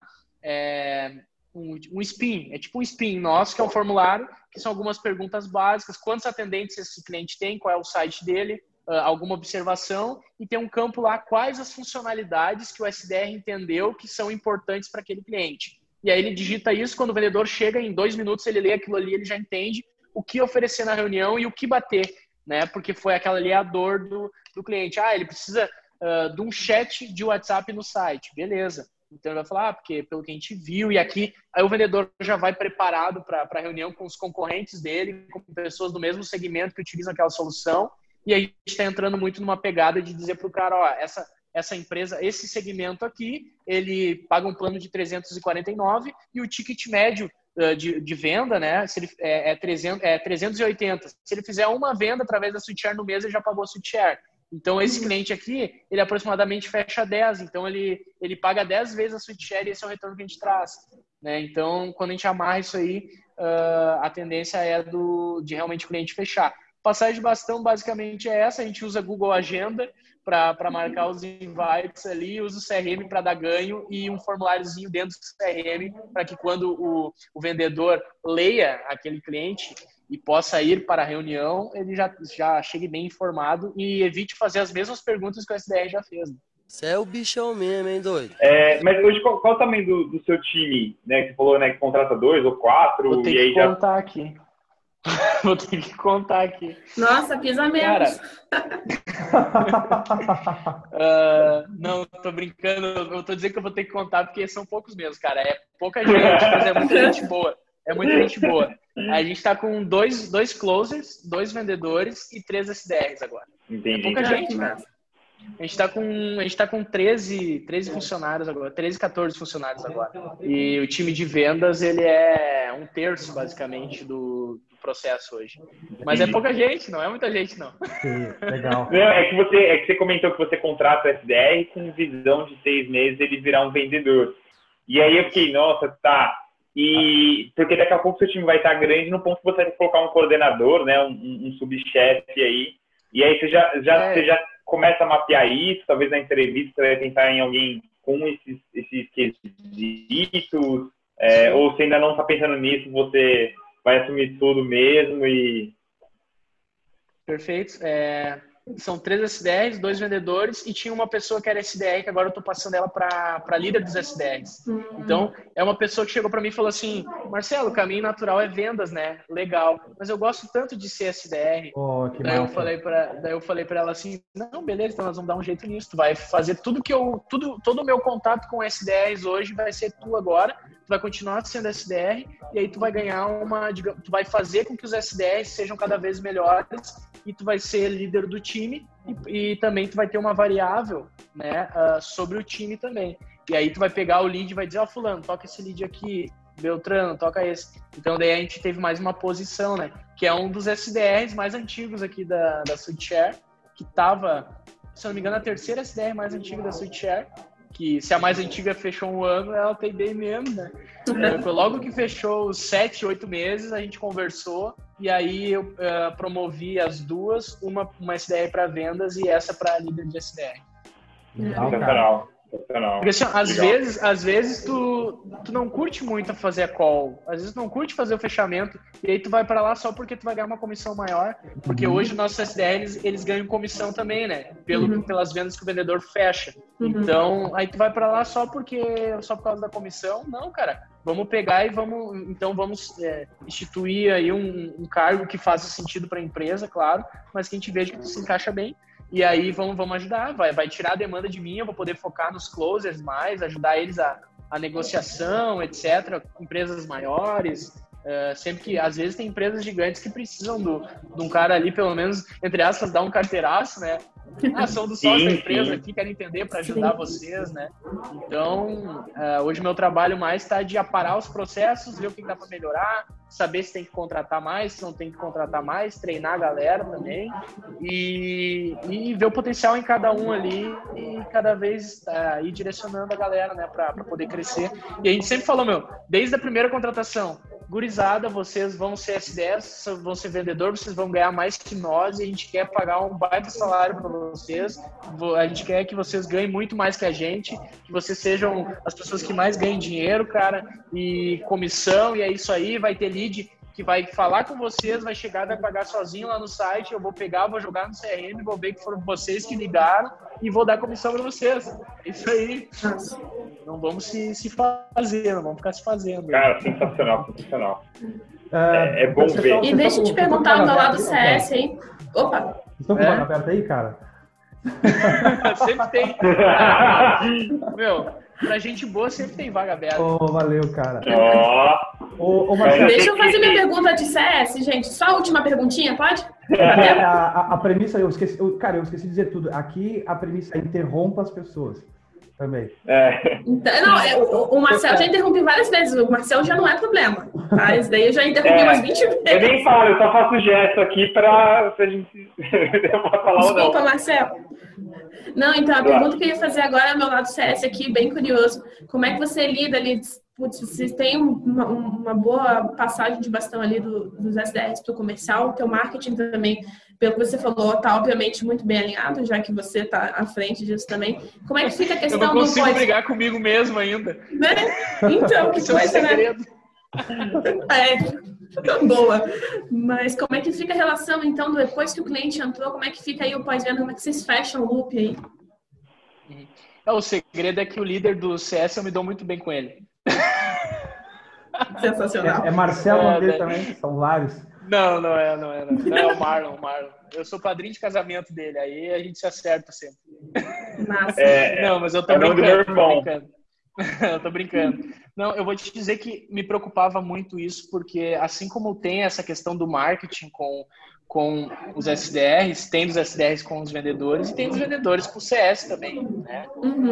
um SPIN, é tipo um SPIN nosso, que é um formulário, que são algumas perguntas básicas, quantos atendentes esse cliente tem, qual é o site dele, alguma observação, e tem um campo lá, quais as funcionalidades que o SDR entendeu que são importantes para aquele cliente. e aí ele digita isso, quando o vendedor chega, em 2 minutos ele lê aquilo ali, ele já entende o que oferecer na reunião e o que bater, né? Porque foi aquela ali a dor do cliente. Ele precisa de um chat de WhatsApp no site. Beleza. Então ele vai falar, porque pelo que a gente viu, e aqui, aí o vendedor já vai preparado para a reunião com os concorrentes dele, com pessoas do mesmo segmento que utilizam aquela solução, e aí a gente está entrando muito numa pegada de dizer para o cara, essa empresa, esse segmento aqui, ele paga um plano de 349 e o ticket médio de venda, né, se ele, é 380. Se ele fizer uma venda através da SweetShare no mês, ele já pagou a SweetShare. Então, esse cliente aqui, ele aproximadamente fecha 10. Então, ele paga 10 vezes a SweetShare e esse é o retorno que a gente traz, né? Então, quando a gente amarra isso aí, a tendência é de realmente o cliente fechar. Passagem de bastão, basicamente, é essa. A gente usa Google Agenda para marcar os invites ali, usa o CRM para dar ganho e um formuláriozinho dentro do CRM para que quando o vendedor leia aquele cliente e possa ir para a reunião, ele já chegue bem informado e evite fazer as mesmas perguntas que o SDR já fez. Né? Você é o bichão mesmo, hein, doido? Mas hoje, qual o tamanho do seu time? Né? Que você falou, né, que contrata 2 ou 4. Vou ter e aí que contar aqui. Vou ter que contar aqui. Nossa, pisa menos. Não, tô brincando. Eu tô dizendo que eu vou ter que contar porque são poucos mesmo, cara. É pouca gente, mas é muita gente boa. É muita gente boa. A gente tá com dois closers, 2 vendedores e 3 SDRs agora. Entendi. É pouca gente, cara. A gente tá com 13 funcionários agora, 13, 14 funcionários agora. E o time de vendas, ele é 1/3, basicamente, do processo hoje. Mas é pouca gente, não é muita gente, não. Sim, legal. Não, é que você comentou que você contrata o SDR com visão de 6 meses ele virar um vendedor. E aí eu fiquei, nossa, tá. E porque daqui a pouco seu time vai estar grande no ponto que você vai ter que colocar um coordenador, né, um subchefe aí. E aí você já começa a mapear isso, talvez na entrevista você vai pensar em alguém com esses quesitos, ou você ainda não está pensando nisso, você vai assumir tudo mesmo e... Perfeito. São 3 SDRs, 2 vendedores e tinha uma pessoa que era SDR, que agora eu estou passando ela para líder dos SDRs. Então, é uma pessoa que chegou para mim e falou assim, Marcelo, o caminho natural é vendas, né? Legal. Mas eu gosto tanto de ser SDR. Daí eu falei para ela assim, não, beleza, então nós vamos dar um jeito nisso. Tu vai fazer todo o meu contato com SDRs hoje vai ser tu agora. Tu vai continuar sendo SDR e aí tu vai ganhar tu vai fazer com que os SDRs sejam cada vez melhores e tu vai ser líder do time e também tu vai ter uma variável, né, sobre o time também. E aí tu vai pegar o lead e vai dizer, fulano, toca esse lead aqui, Beltrano, toca esse. Então daí a gente teve mais uma posição, né, que é um dos SDRs mais antigos aqui da SweetShare, que tava, se eu não me engano, a 3ª SDR mais antiga da SweetShare, que se a mais antiga fechou um ano, ela tem bem menos, né? Logo que fechou os 7, 8 meses, a gente conversou e aí eu promovi as duas, uma SDR para vendas e essa para líder de SDR. Sensacional. Porque assim, às vezes tu não curte muito fazer a call, às vezes tu não curte fazer o fechamento e aí tu vai para lá só porque tu vai ganhar uma comissão maior, porque hoje os nossos SDRs, eles ganham comissão também, né? Pelas vendas que o vendedor fecha. Então, aí tu vai para lá só por causa da comissão? Não, cara. Vamos pegar e vamos instituir aí um cargo que faça sentido para a empresa, claro, mas que a gente veja que tu se encaixa bem. E aí vamos ajudar, vai tirar a demanda de mim, eu vou poder focar nos closers mais, ajudar eles a negociação, etc. Empresas maiores, sempre que, às vezes tem empresas gigantes que precisam de um cara ali, pelo menos, entre aspas, dar um carteiraço, né? São do sócio da empresa aqui, querem entender para ajudar vocês, né? Então, hoje o meu trabalho mais está de aparar os processos, ver o que dá para melhorar, saber se tem que contratar mais, se não tem que contratar mais, treinar a galera também e ver o potencial em cada um ali e cada vez ir direcionando a galera, né, para poder crescer. E a gente sempre falou, desde a primeira contratação, gurizada, vocês vão ser S10, vão ser vendedor, vocês vão ganhar mais que nós e a gente quer pagar um baita salário para vocês, a gente quer que vocês ganhem muito mais que a gente, que vocês sejam as pessoas que mais ganhem dinheiro, cara, e comissão, e é isso aí, vai ter lead que vai falar com vocês, vai chegar, vai pagar sozinho lá no site, eu vou pegar, vou jogar no CRM, vou ver que foram vocês que ligaram e vou dar comissão para vocês. Isso aí. Não vamos se fazer, não vamos ficar se fazendo. Cara, sensacional. É bom ver. E deixa eu te perguntar do meu lado do CS, hein? Opa! Vocês estão com vaga aberta aí, cara? Sempre tem. Meu, pra gente boa sempre tem vaga aberta. Valeu, cara. Marcelo, deixa eu fazer minha pergunta de CS, gente. Só a última perguntinha, pode? A premissa, eu esqueci de dizer tudo. Aqui a premissa é interrompa as pessoas. Também. Então, o Marcelo já interrompeu várias vezes. O Marcelo já não é problema. Tá? Isso daí eu já interrompi umas 20 vezes. Eu nem falo, eu só faço gesto aqui pra a gente falar. Desculpa, Marcelo. Não, então, a pergunta que eu ia fazer agora é meu lado CS aqui, bem curioso. Como é que você lida ali? Putz, vocês têm uma boa passagem de bastão ali dos SDRs para o comercial, o teu marketing também, pelo que você falou, está obviamente muito bem alinhado, já que você está à frente disso também. Como é que fica a questão do... Eu não consigo brigar comigo mesmo ainda. Né? Então, que coisa, né? Boa. Mas como é que fica a relação, então, depois que o cliente entrou, como é que fica aí o pós-venda, como é que vocês fecham o loop aí? O segredo é que o líder do CS, eu me dou muito bem com ele. Sensacional. É Marcelo dele também, são vários. Não é. Não é o Marlon. Eu sou padrinho de casamento dele, aí a gente se acerta sempre. Massa. Não, mas eu tô brincando. Eu tô brincando. Não, eu vou te dizer que me preocupava muito isso, porque assim como tem essa questão do marketing com os SDRs, tem dos SDRs com os vendedores e tem dos vendedores com o CS também, né?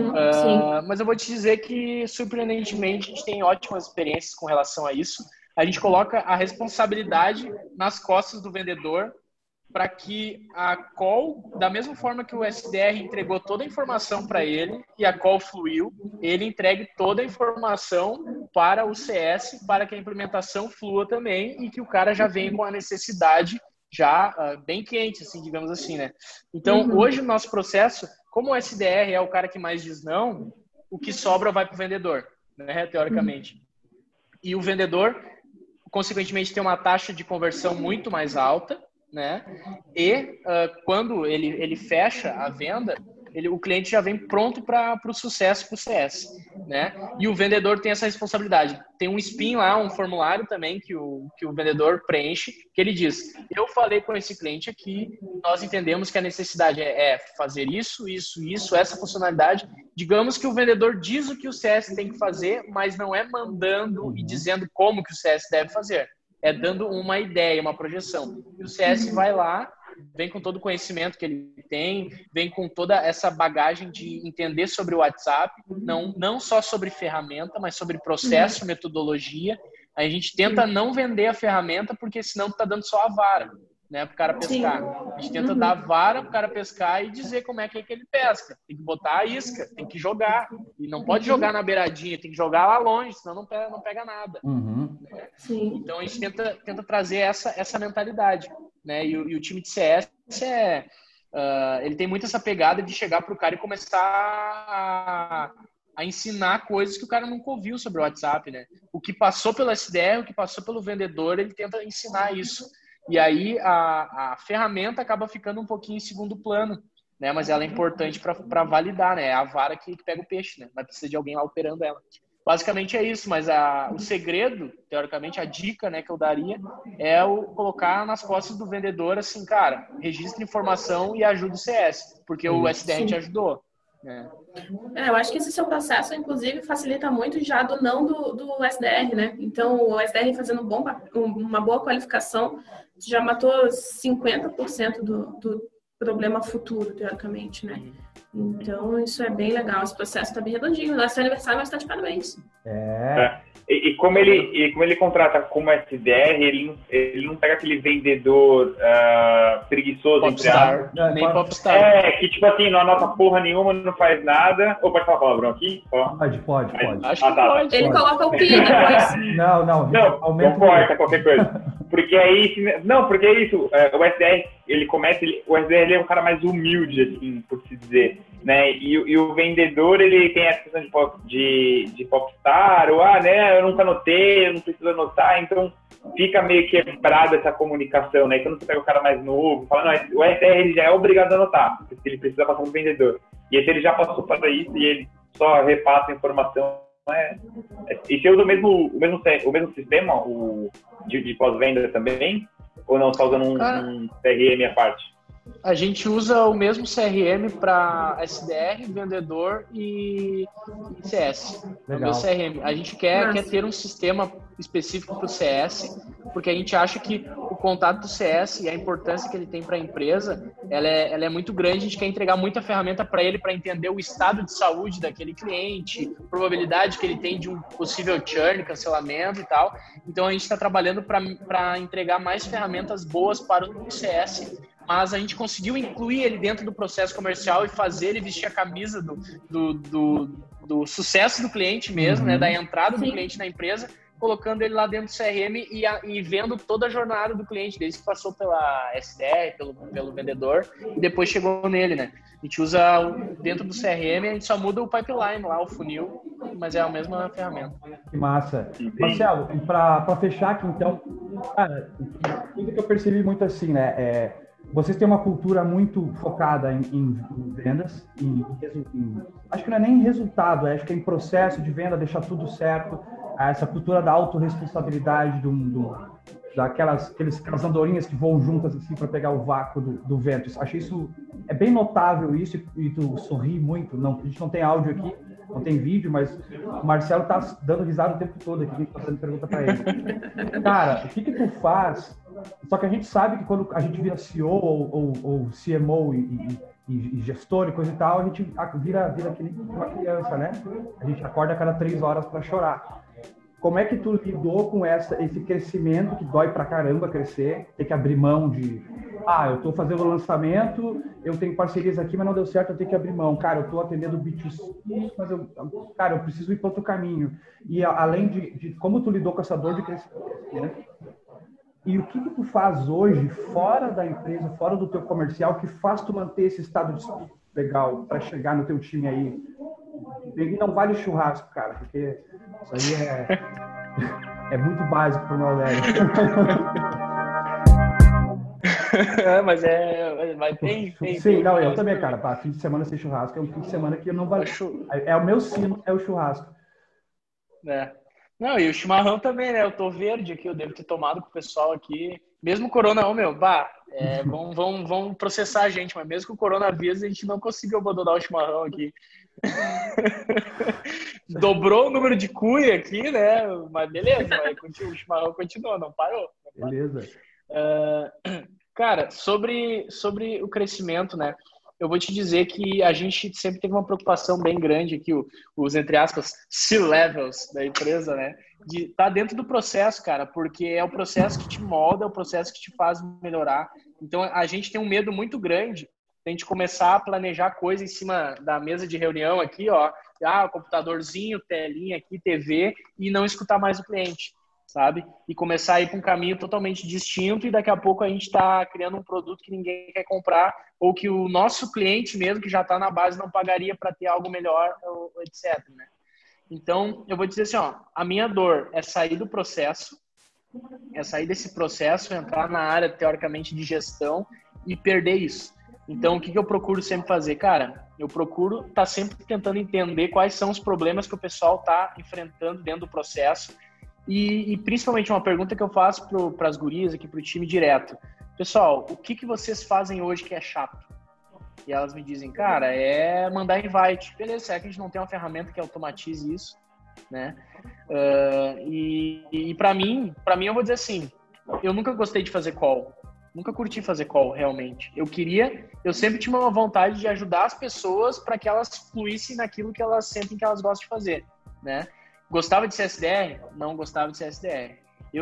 Mas eu vou te dizer que, surpreendentemente, a gente tem ótimas experiências com relação a isso. A gente coloca a responsabilidade nas costas do vendedor para que a call, da mesma forma que o SDR entregou toda a informação para ele e a call fluiu, ele entregue toda a informação para o CS, para que a implementação flua também e que o cara já venha com a necessidade já bem quente, assim, digamos assim, né? Então, hoje o nosso processo, como o SDR é o cara que mais diz não, o que sobra vai para o vendedor, né, teoricamente. E o vendedor, consequentemente, tem uma taxa de conversão muito mais alta, né? E quando ele fecha a venda, o cliente já vem pronto para o sucesso para o CS, né? E o vendedor tem essa responsabilidade. Tem um spin lá, um formulário também que o vendedor preenche, que ele diz: eu falei com esse cliente aqui, nós entendemos que a necessidade é fazer isso, essa funcionalidade. Digamos que o vendedor diz o que o CS tem que fazer, mas não é mandando e dizendo como que o CS deve fazer. É dando uma ideia, uma projeção. E o CS vai lá, vem com todo o conhecimento que ele tem, vem com toda essa bagagem de entender sobre o WhatsApp, não só sobre ferramenta, mas sobre processo, metodologia. A gente tenta não vender a ferramenta, porque senão tu tá dando só a vara, né, pro cara pescar. A gente tenta dar a vara pro cara pescar e dizer como é que ele pesca. Tem que botar a isca, tem que jogar. E não pode jogar na beiradinha, tem que jogar lá longe, senão não pega nada. Né? Então a gente tenta trazer essa mentalidade. Né? E o time de CS ele tem muito essa pegada de chegar pro cara e começar a ensinar coisas que o cara nunca ouviu sobre o WhatsApp, né? O que passou pelo SDR, o que passou pelo vendedor, ele tenta ensinar isso. E aí a ferramenta acaba ficando um pouquinho em segundo plano, né? Mas ela é importante para validar, né? É a vara que pega o peixe, né? Mas precisa de alguém lá operando ela. Basicamente é isso, mas o segredo, teoricamente, a dica, né, que eu daria é colocar nas costas do vendedor, assim, cara, registra informação e ajuda o CS, porque o SDR te ajudou. Eu acho que esse seu processo, inclusive, facilita muito já do não do SDR, né? Então, o SDR fazendo uma boa qualificação já matou 50% do problema futuro, teoricamente, né? Então, isso é bem legal. Esse processo está bem redondinho. No seu aniversário, nós estamos de parabéns. E como ele contrata como SDR, ele não pega aquele vendedor preguiçoso, popstar, nem popstar. Que tipo assim, não anota porra nenhuma, não faz nada. Ou pode falar palavrão aqui? Pode. Acho que pode. Ele coloca o pi depois. Não importa qualquer coisa. Porque aí, porque é isso, o SDR, o SDR ele é um cara mais humilde, assim, por se dizer, né? E o vendedor, ele tem essa questão de popstar, ou, né, eu nunca anotei, eu não preciso anotar, então fica meio quebrada essa comunicação, né? Quando você pega o cara mais novo, fala, não, o SDR ele já é obrigado a anotar, porque ele precisa passar pro vendedor. E esse ele já passou para isso e ele só repassa a informação. E você usa o mesmo sistema de pós-venda também? Ou não, só usando um CRM à parte? A gente usa o mesmo CRM para SDR, vendedor e CS. Legal. O meu CRM. A gente quer ter um sistema específico para o CS, porque a gente acha que o contato do CS e a importância que ele tem para a empresa, ela é muito grande. A gente quer entregar muita ferramenta para ele para entender o estado de saúde daquele cliente, probabilidade que ele tem de um possível churn, cancelamento e tal. Então a gente está trabalhando para entregar mais ferramentas boas para o CS, mas a gente conseguiu incluir ele dentro do processo comercial e fazer ele vestir a camisa do sucesso do cliente mesmo, né, da entrada do cliente na empresa, colocando ele lá dentro do CRM e vendo toda a jornada do cliente, desde que passou pela SDR, pelo vendedor, e depois chegou nele, né? A gente usa dentro do CRM, a gente só muda o pipeline lá, o funil, mas é a mesma ferramenta. Que massa. Marcelo, para fechar aqui, então, cara, tudo que eu percebi muito assim, né, vocês têm uma cultura muito focada em vendas, acho que não é nem em resultado, acho que é em processo de venda, deixar tudo certo, essa cultura da autorresponsabilidade, aquelas andorinhas que voam juntas assim para pegar o vácuo do vento. Achei isso, é bem notável isso, e tu sorri muito. Não, a gente não tem áudio aqui, não tem vídeo, mas o Marcelo tá dando risada o tempo todo aqui, fazendo pergunta para ele. Cara, o que tu faz? Só que a gente sabe que quando a gente vira CEO ou CMO e gestor e coisa e tal, a gente vira uma criança, né? A gente acorda a cada 3 horas para chorar. Como é que tu lidou com esse crescimento que dói pra caramba crescer, ter que abrir mão de... eu tô fazendo o lançamento, eu tenho parcerias aqui, mas não deu certo, eu tenho que abrir mão. Cara, eu tô atendendo B2C, mas eu preciso ir para outro caminho. E além de como tu lidou com essa dor de crescimento, né? E o que tu faz hoje, fora da empresa, fora do teu comercial, que faz tu manter esse estado de espírito legal para chegar no teu time aí? E não vale churrasco, cara, porque isso aí é muito básico para o meu Léo. Mas tem. Sim, não, eu também, cara. Fim de semana sem churrasco é um fim de semana que eu não vale. É o meu sino, é o churrasco. Não, e o chimarrão também, né? Eu tô verde aqui, eu devo ter tomado com o pessoal aqui. Mesmo corona, vão processar a gente, mas mesmo com o coronavírus a gente não conseguiu abandonar o chimarrão aqui. Dobrou o número de cuia aqui, né? Mas beleza, o chimarrão continuou, não parou. Beleza. Cara, sobre o crescimento, né? Eu vou te dizer que a gente sempre teve uma preocupação bem grande aqui, os, entre aspas, C-levels da empresa, né? De estar dentro do processo, cara, porque é o processo que te molda, é o processo que te faz melhorar. Então, a gente tem um medo muito grande de a gente começar a planejar coisa em cima da mesa de reunião aqui, ó, computadorzinho, telinha aqui, TV, e não escutar mais o cliente, sabe? E começar a ir para um caminho totalmente distinto e daqui a pouco a gente está criando um produto que ninguém quer comprar ou que o nosso cliente mesmo, que já está na base, não pagaria para ter algo melhor, etc, né? Então, eu vou dizer assim, ó, a minha dor é sair do processo, é sair desse processo, entrar na área, teoricamente, de gestão e perder isso. Então, o que eu procuro sempre fazer? Cara, eu procuro estar sempre tentando entender quais são os problemas que o pessoal está enfrentando dentro do processo e principalmente uma pergunta que eu faço para as gurias aqui, para o time direto. Pessoal, o que vocês fazem hoje que é chato? E elas me dizem, cara, é mandar invite. Beleza, será que a gente não tem uma ferramenta que automatize isso? Né? E para mim eu vou dizer assim, eu nunca gostei de fazer call. Nunca curti fazer call, realmente. Eu sempre tinha uma vontade de ajudar as pessoas para que elas fluíssem naquilo que elas sentem que elas gostam de fazer, né? Gostava de CSDR? Não gostava de CSDR.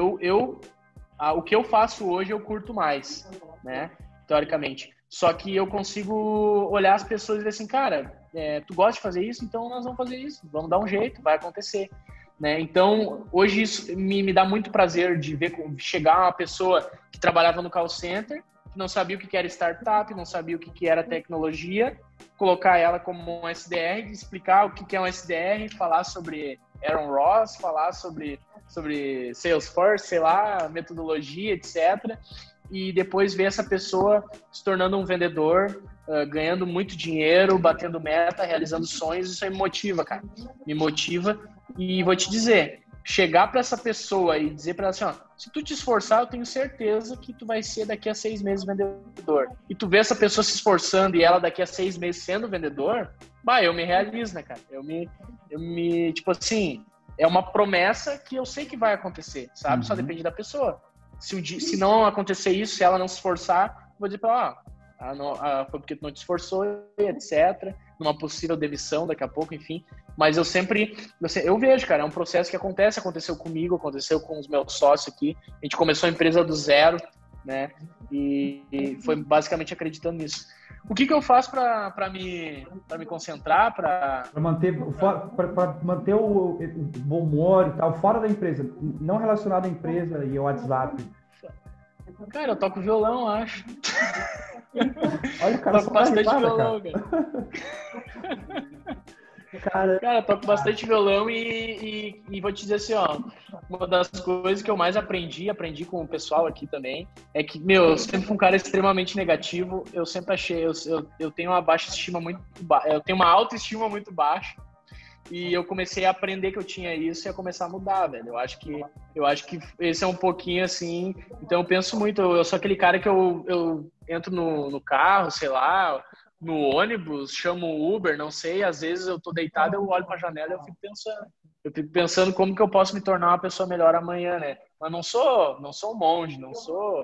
O que eu faço hoje eu curto mais, né? Teoricamente. Só que eu consigo olhar as pessoas e dizer assim, cara, tu gosta de fazer isso? Então nós vamos fazer isso. Vamos dar um jeito, vai acontecer. Né? Então, hoje isso me dá muito prazer de ver chegar uma pessoa que trabalhava no call center, que não sabia o que era startup, não sabia o que era tecnologia, colocar ela como um SDR, explicar o que é um SDR, falar sobre Aaron Ross, falar sobre Salesforce, sei lá, metodologia, etc. e depois ver essa pessoa se tornando um vendedor, ganhando muito dinheiro, batendo meta, realizando sonhos. Isso aí me motiva, cara. Me motiva. E vou te dizer, chegar para essa pessoa e dizer para ela assim, ó, se tu te esforçar, eu tenho certeza que tu vai ser daqui a 6 meses vendedor. E tu vê essa pessoa se esforçando e ela daqui a 6 meses sendo vendedor, eu me realizo, né, cara? Eu me tipo assim, é uma promessa que eu sei que vai acontecer, sabe? Só depende da pessoa. Se não acontecer isso, se ela não se esforçar, vou dizer pra ela, foi porque tu não te esforçou, etc. Numa possível demissão daqui a pouco, enfim. Mas eu vejo, cara, é um processo que aconteceu comigo, aconteceu com os meus sócios aqui. A gente começou a empresa do zero, né? E foi basicamente acreditando nisso. O que eu faço para me concentrar, para manter o bom humor e tal, fora da empresa, não relacionado à empresa e ao WhatsApp? Cara, eu toco violão, acho. Olha, o cara toco bastante violão, cara. Cara, eu toco bastante violão e vou te dizer assim, ó, uma das coisas que eu mais aprendi com o pessoal aqui também, é que, eu sempre fui um cara extremamente negativo, eu sempre achei, eu tenho uma baixa estima eu tenho uma autoestima muito baixa, e eu comecei a aprender que eu tinha isso e a começar a mudar, velho. Eu acho que esse é um pouquinho assim, então eu penso muito, eu sou aquele cara que eu entro no carro, sei lá, no ônibus, chamo o Uber, não sei, às vezes eu tô deitado, eu olho pra janela e eu fico pensando como que eu posso me tornar uma pessoa melhor amanhã, né? Mas não sou um monge, não sou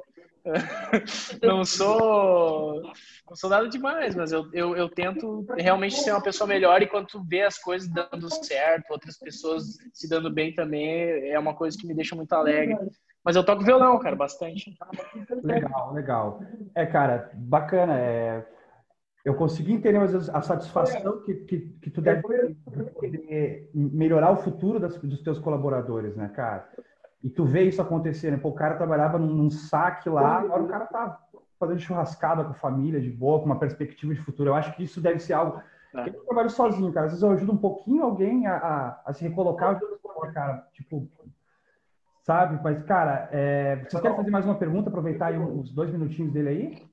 nada demais, mas eu tento realmente ser uma pessoa melhor, e quando tu vê as coisas dando certo, outras pessoas se dando bem também, é uma coisa que me deixa muito alegre. Mas eu toco violão, cara, bastante. Legal. Cara, bacana, eu consegui entender às vezes a satisfação que tu deve poder melhorar o futuro dos teus colaboradores, né, cara? E tu vê isso acontecer, né? Pô, o cara trabalhava num saque lá, agora o cara tá fazendo churrascada com a família, de boa, com uma perspectiva de futuro. Eu acho que isso deve ser algo... Eu trabalho sozinho, cara. Às vezes eu ajudo um pouquinho alguém a se recolocar, cara, tipo... Sabe? Mas, cara, vocês querem fazer mais uma pergunta? Aproveitar aí uns 2 minutinhos dele aí?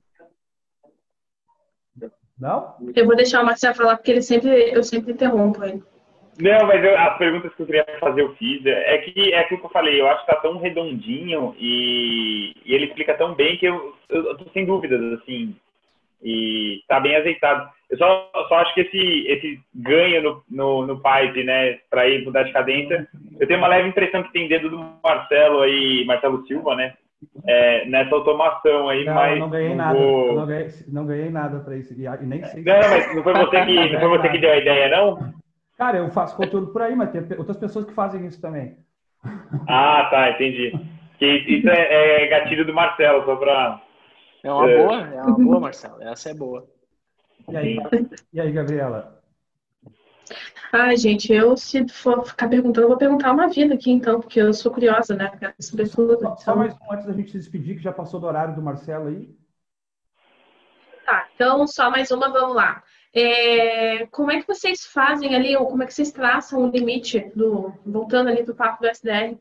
Não? Eu vou deixar o Marcelo falar, porque eu sempre interrompo ele. Não, mas as perguntas que eu queria fazer eu fiz. É aquilo que eu falei, eu acho que tá tão redondinho e ele explica tão bem que eu tô sem dúvidas, assim, e tá bem azeitado. Eu só acho que esse ganho no pipe, né, para ir mudar de cadência, eu tenho uma leve impressão que tem dedo do Marcelo Silva, né, nessa automação aí, mas... Não ganhei nada, não ganhei nada para isso, e nem sei... Não, mas não foi você que deu a ideia, não? Cara, eu faço conteúdo por aí, mas tem outras pessoas que fazem isso também. Ah, tá, entendi. Isso é gatilho do Marcelo, só para... É uma boa, Marcelo. Essa é boa. E aí, Gabriela? Ai, gente, se for ficar perguntando, eu vou perguntar uma vida aqui, então, porque eu sou curiosa, né? Sobretudo. Só mais um antes da gente se despedir, que já passou do horário do Marcelo aí. Tá, então só mais uma, vamos lá. Como é que vocês fazem ali, ou como é que vocês traçam o limite, voltando ali do papo do SDR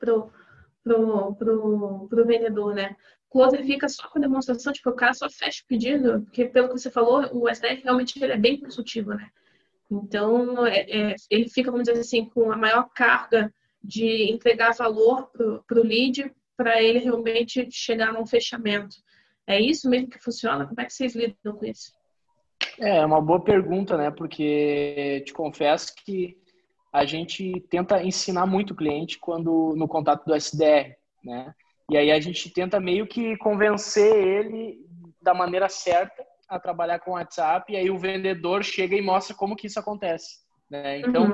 pro vendedor, né? O closer fica só com a demonstração, tipo, o cara só fecha o pedido, porque pelo que você falou, o SDR realmente ele é bem consultivo, né? Então, ele fica, vamos dizer assim, com a maior carga de entregar valor pro lead, para ele realmente chegar num fechamento. É isso mesmo que funciona? Como é que vocês lidam com isso? É uma boa pergunta, né? Porque te confesso que a gente tenta ensinar muito o cliente no contato do SDR, né? E aí a gente tenta meio que convencer ele da maneira certa a trabalhar com o WhatsApp, e aí o vendedor chega e mostra como que isso acontece, né? Então,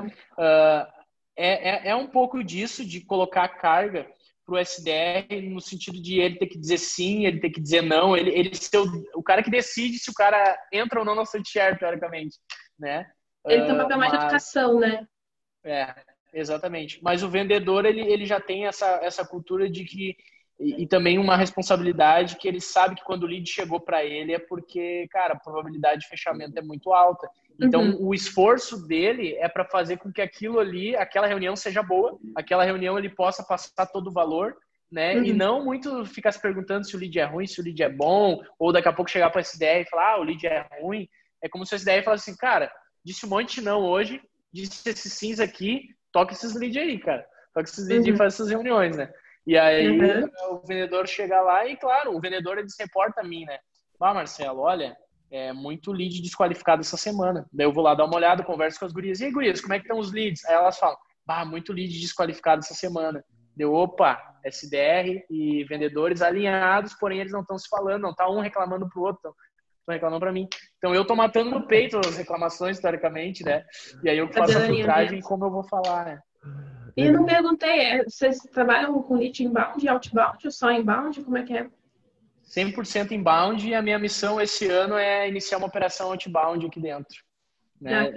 é um pouco disso, de colocar carga para o SDR, no sentido de ele ter que dizer sim, ele ter que dizer não, ele ser o cara que decide se o cara entra ou não no share, teoricamente, né? Ele tem um papel mais de educação, né? Exatamente. Mas o vendedor, ele já tem essa cultura de que, e também uma responsabilidade, que ele sabe que quando o lead chegou para ele é porque, cara, a probabilidade de fechamento é muito alta. Então, o esforço dele é para fazer com que aquilo ali, aquela reunião seja boa, aquela reunião ele possa passar todo o valor, né? E não muito ficar se perguntando se o lead é ruim, se o lead é bom, ou daqui a pouco chegar para a SDR e falar, o lead é ruim. É como se a SDR falasse assim, cara, disse um monte de não hoje, disse esses sims aqui, toca esses leads aí, cara. Toca esses leads e faz essas reuniões, né? E aí o vendedor chega lá e, claro, o vendedor ele se reporta a mim, né? Marcelo, olha, é muito lead desqualificado essa semana. Daí eu vou lá dar uma olhada, converso com as gurias. E aí, gurias, como é que estão os leads? Aí elas falam, muito lead desqualificado essa semana. Deu, opa, SDR e vendedores alinhados, porém eles não estão se falando, não tá um reclamando pro outro, estão reclamando para mim. Então eu tô matando no peito as reclamações, teoricamente, né? E aí eu faço a filtragem como eu vou falar, né? E eu não perguntei, vocês trabalham com lead inbound e outbound ou só inbound? Como é que é? 100% inbound, e a minha missão esse ano é iniciar uma operação outbound aqui dentro. Né?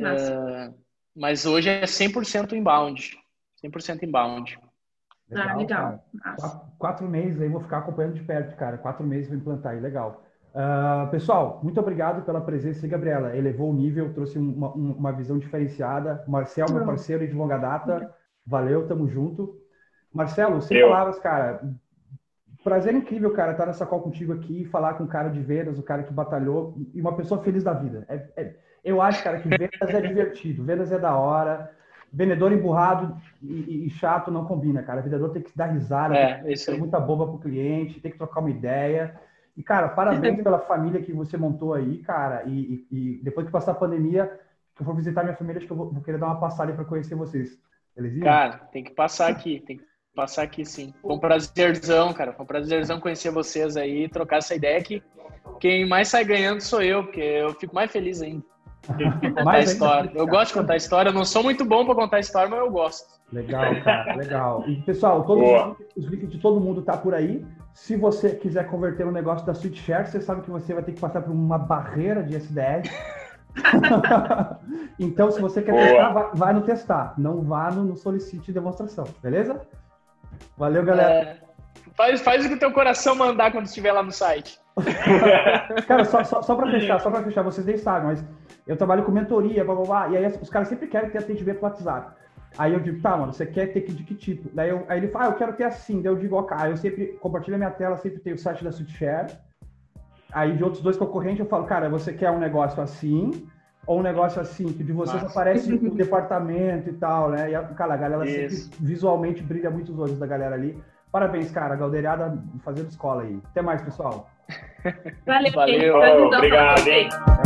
Mas hoje é 100% inbound. 100% inbound. Legal. 4 meses aí, vou ficar acompanhando de perto, cara. 4 meses vou implantar aí, legal. Pessoal, muito obrigado pela presença. E Gabriela, elevou o nível, trouxe uma visão diferenciada. Marcel, meu parceiro de longa data, valeu, tamo junto. Marcelo, sem palavras, cara. Prazer incrível, cara, estar nessa call contigo aqui, falar com um cara de vendas, o cara que batalhou, e uma pessoa feliz da vida. Eu acho, cara, que vendas é divertido, vendas é da hora. Vendedor emburrado e chato não combina, cara. O vendedor tem que dar risada, tem que ter muita boba pro cliente, tem que trocar uma ideia. E, cara, parabéns pela família que você montou aí, cara. E depois que passar a pandemia, que eu for visitar minha família, acho que eu vou querer dar uma passada para conhecer vocês. Belezinha? Cara, tem que passar aqui, sim. Foi um prazerzão, cara. Foi um prazerzão conhecer vocês aí, trocar essa ideia que quem mais sai ganhando sou eu, porque eu fico mais feliz ainda. Contar história. Eu gosto de contar história. Eu não sou muito bom para contar história, mas eu gosto. Legal, cara, legal. E, pessoal, todos os links de todo mundo tá por aí. Se você quiser converter no negócio da SweetShare, você sabe que você vai ter que passar por uma barreira de SDR. Então, se você quer testar, vai no testar. Não vá no solicite demonstração, beleza? Valeu, galera. Faz o que o teu coração mandar quando estiver lá no site. Cara, só para fechar, vocês nem sabem, mas eu trabalho com mentoria, blá, blá, blá, e aí os caras sempre querem ter atendimento no WhatsApp. Aí eu digo, tá, mano, você quer ter de que tipo? Aí ele fala, eu quero ter assim. Daí eu digo, ok. Aí eu sempre compartilho a minha tela, sempre tem o site da SweetShare. Aí de outros 2 concorrentes eu falo, cara, você quer um negócio assim ou um negócio assim, que de vocês aparece o departamento e tal, né? E, cara, a galera sempre visualmente brilha muito os olhos da galera ali. Parabéns, cara, galdeirada fazendo escola aí. Até mais, pessoal. Valeu. Obrigado, hein?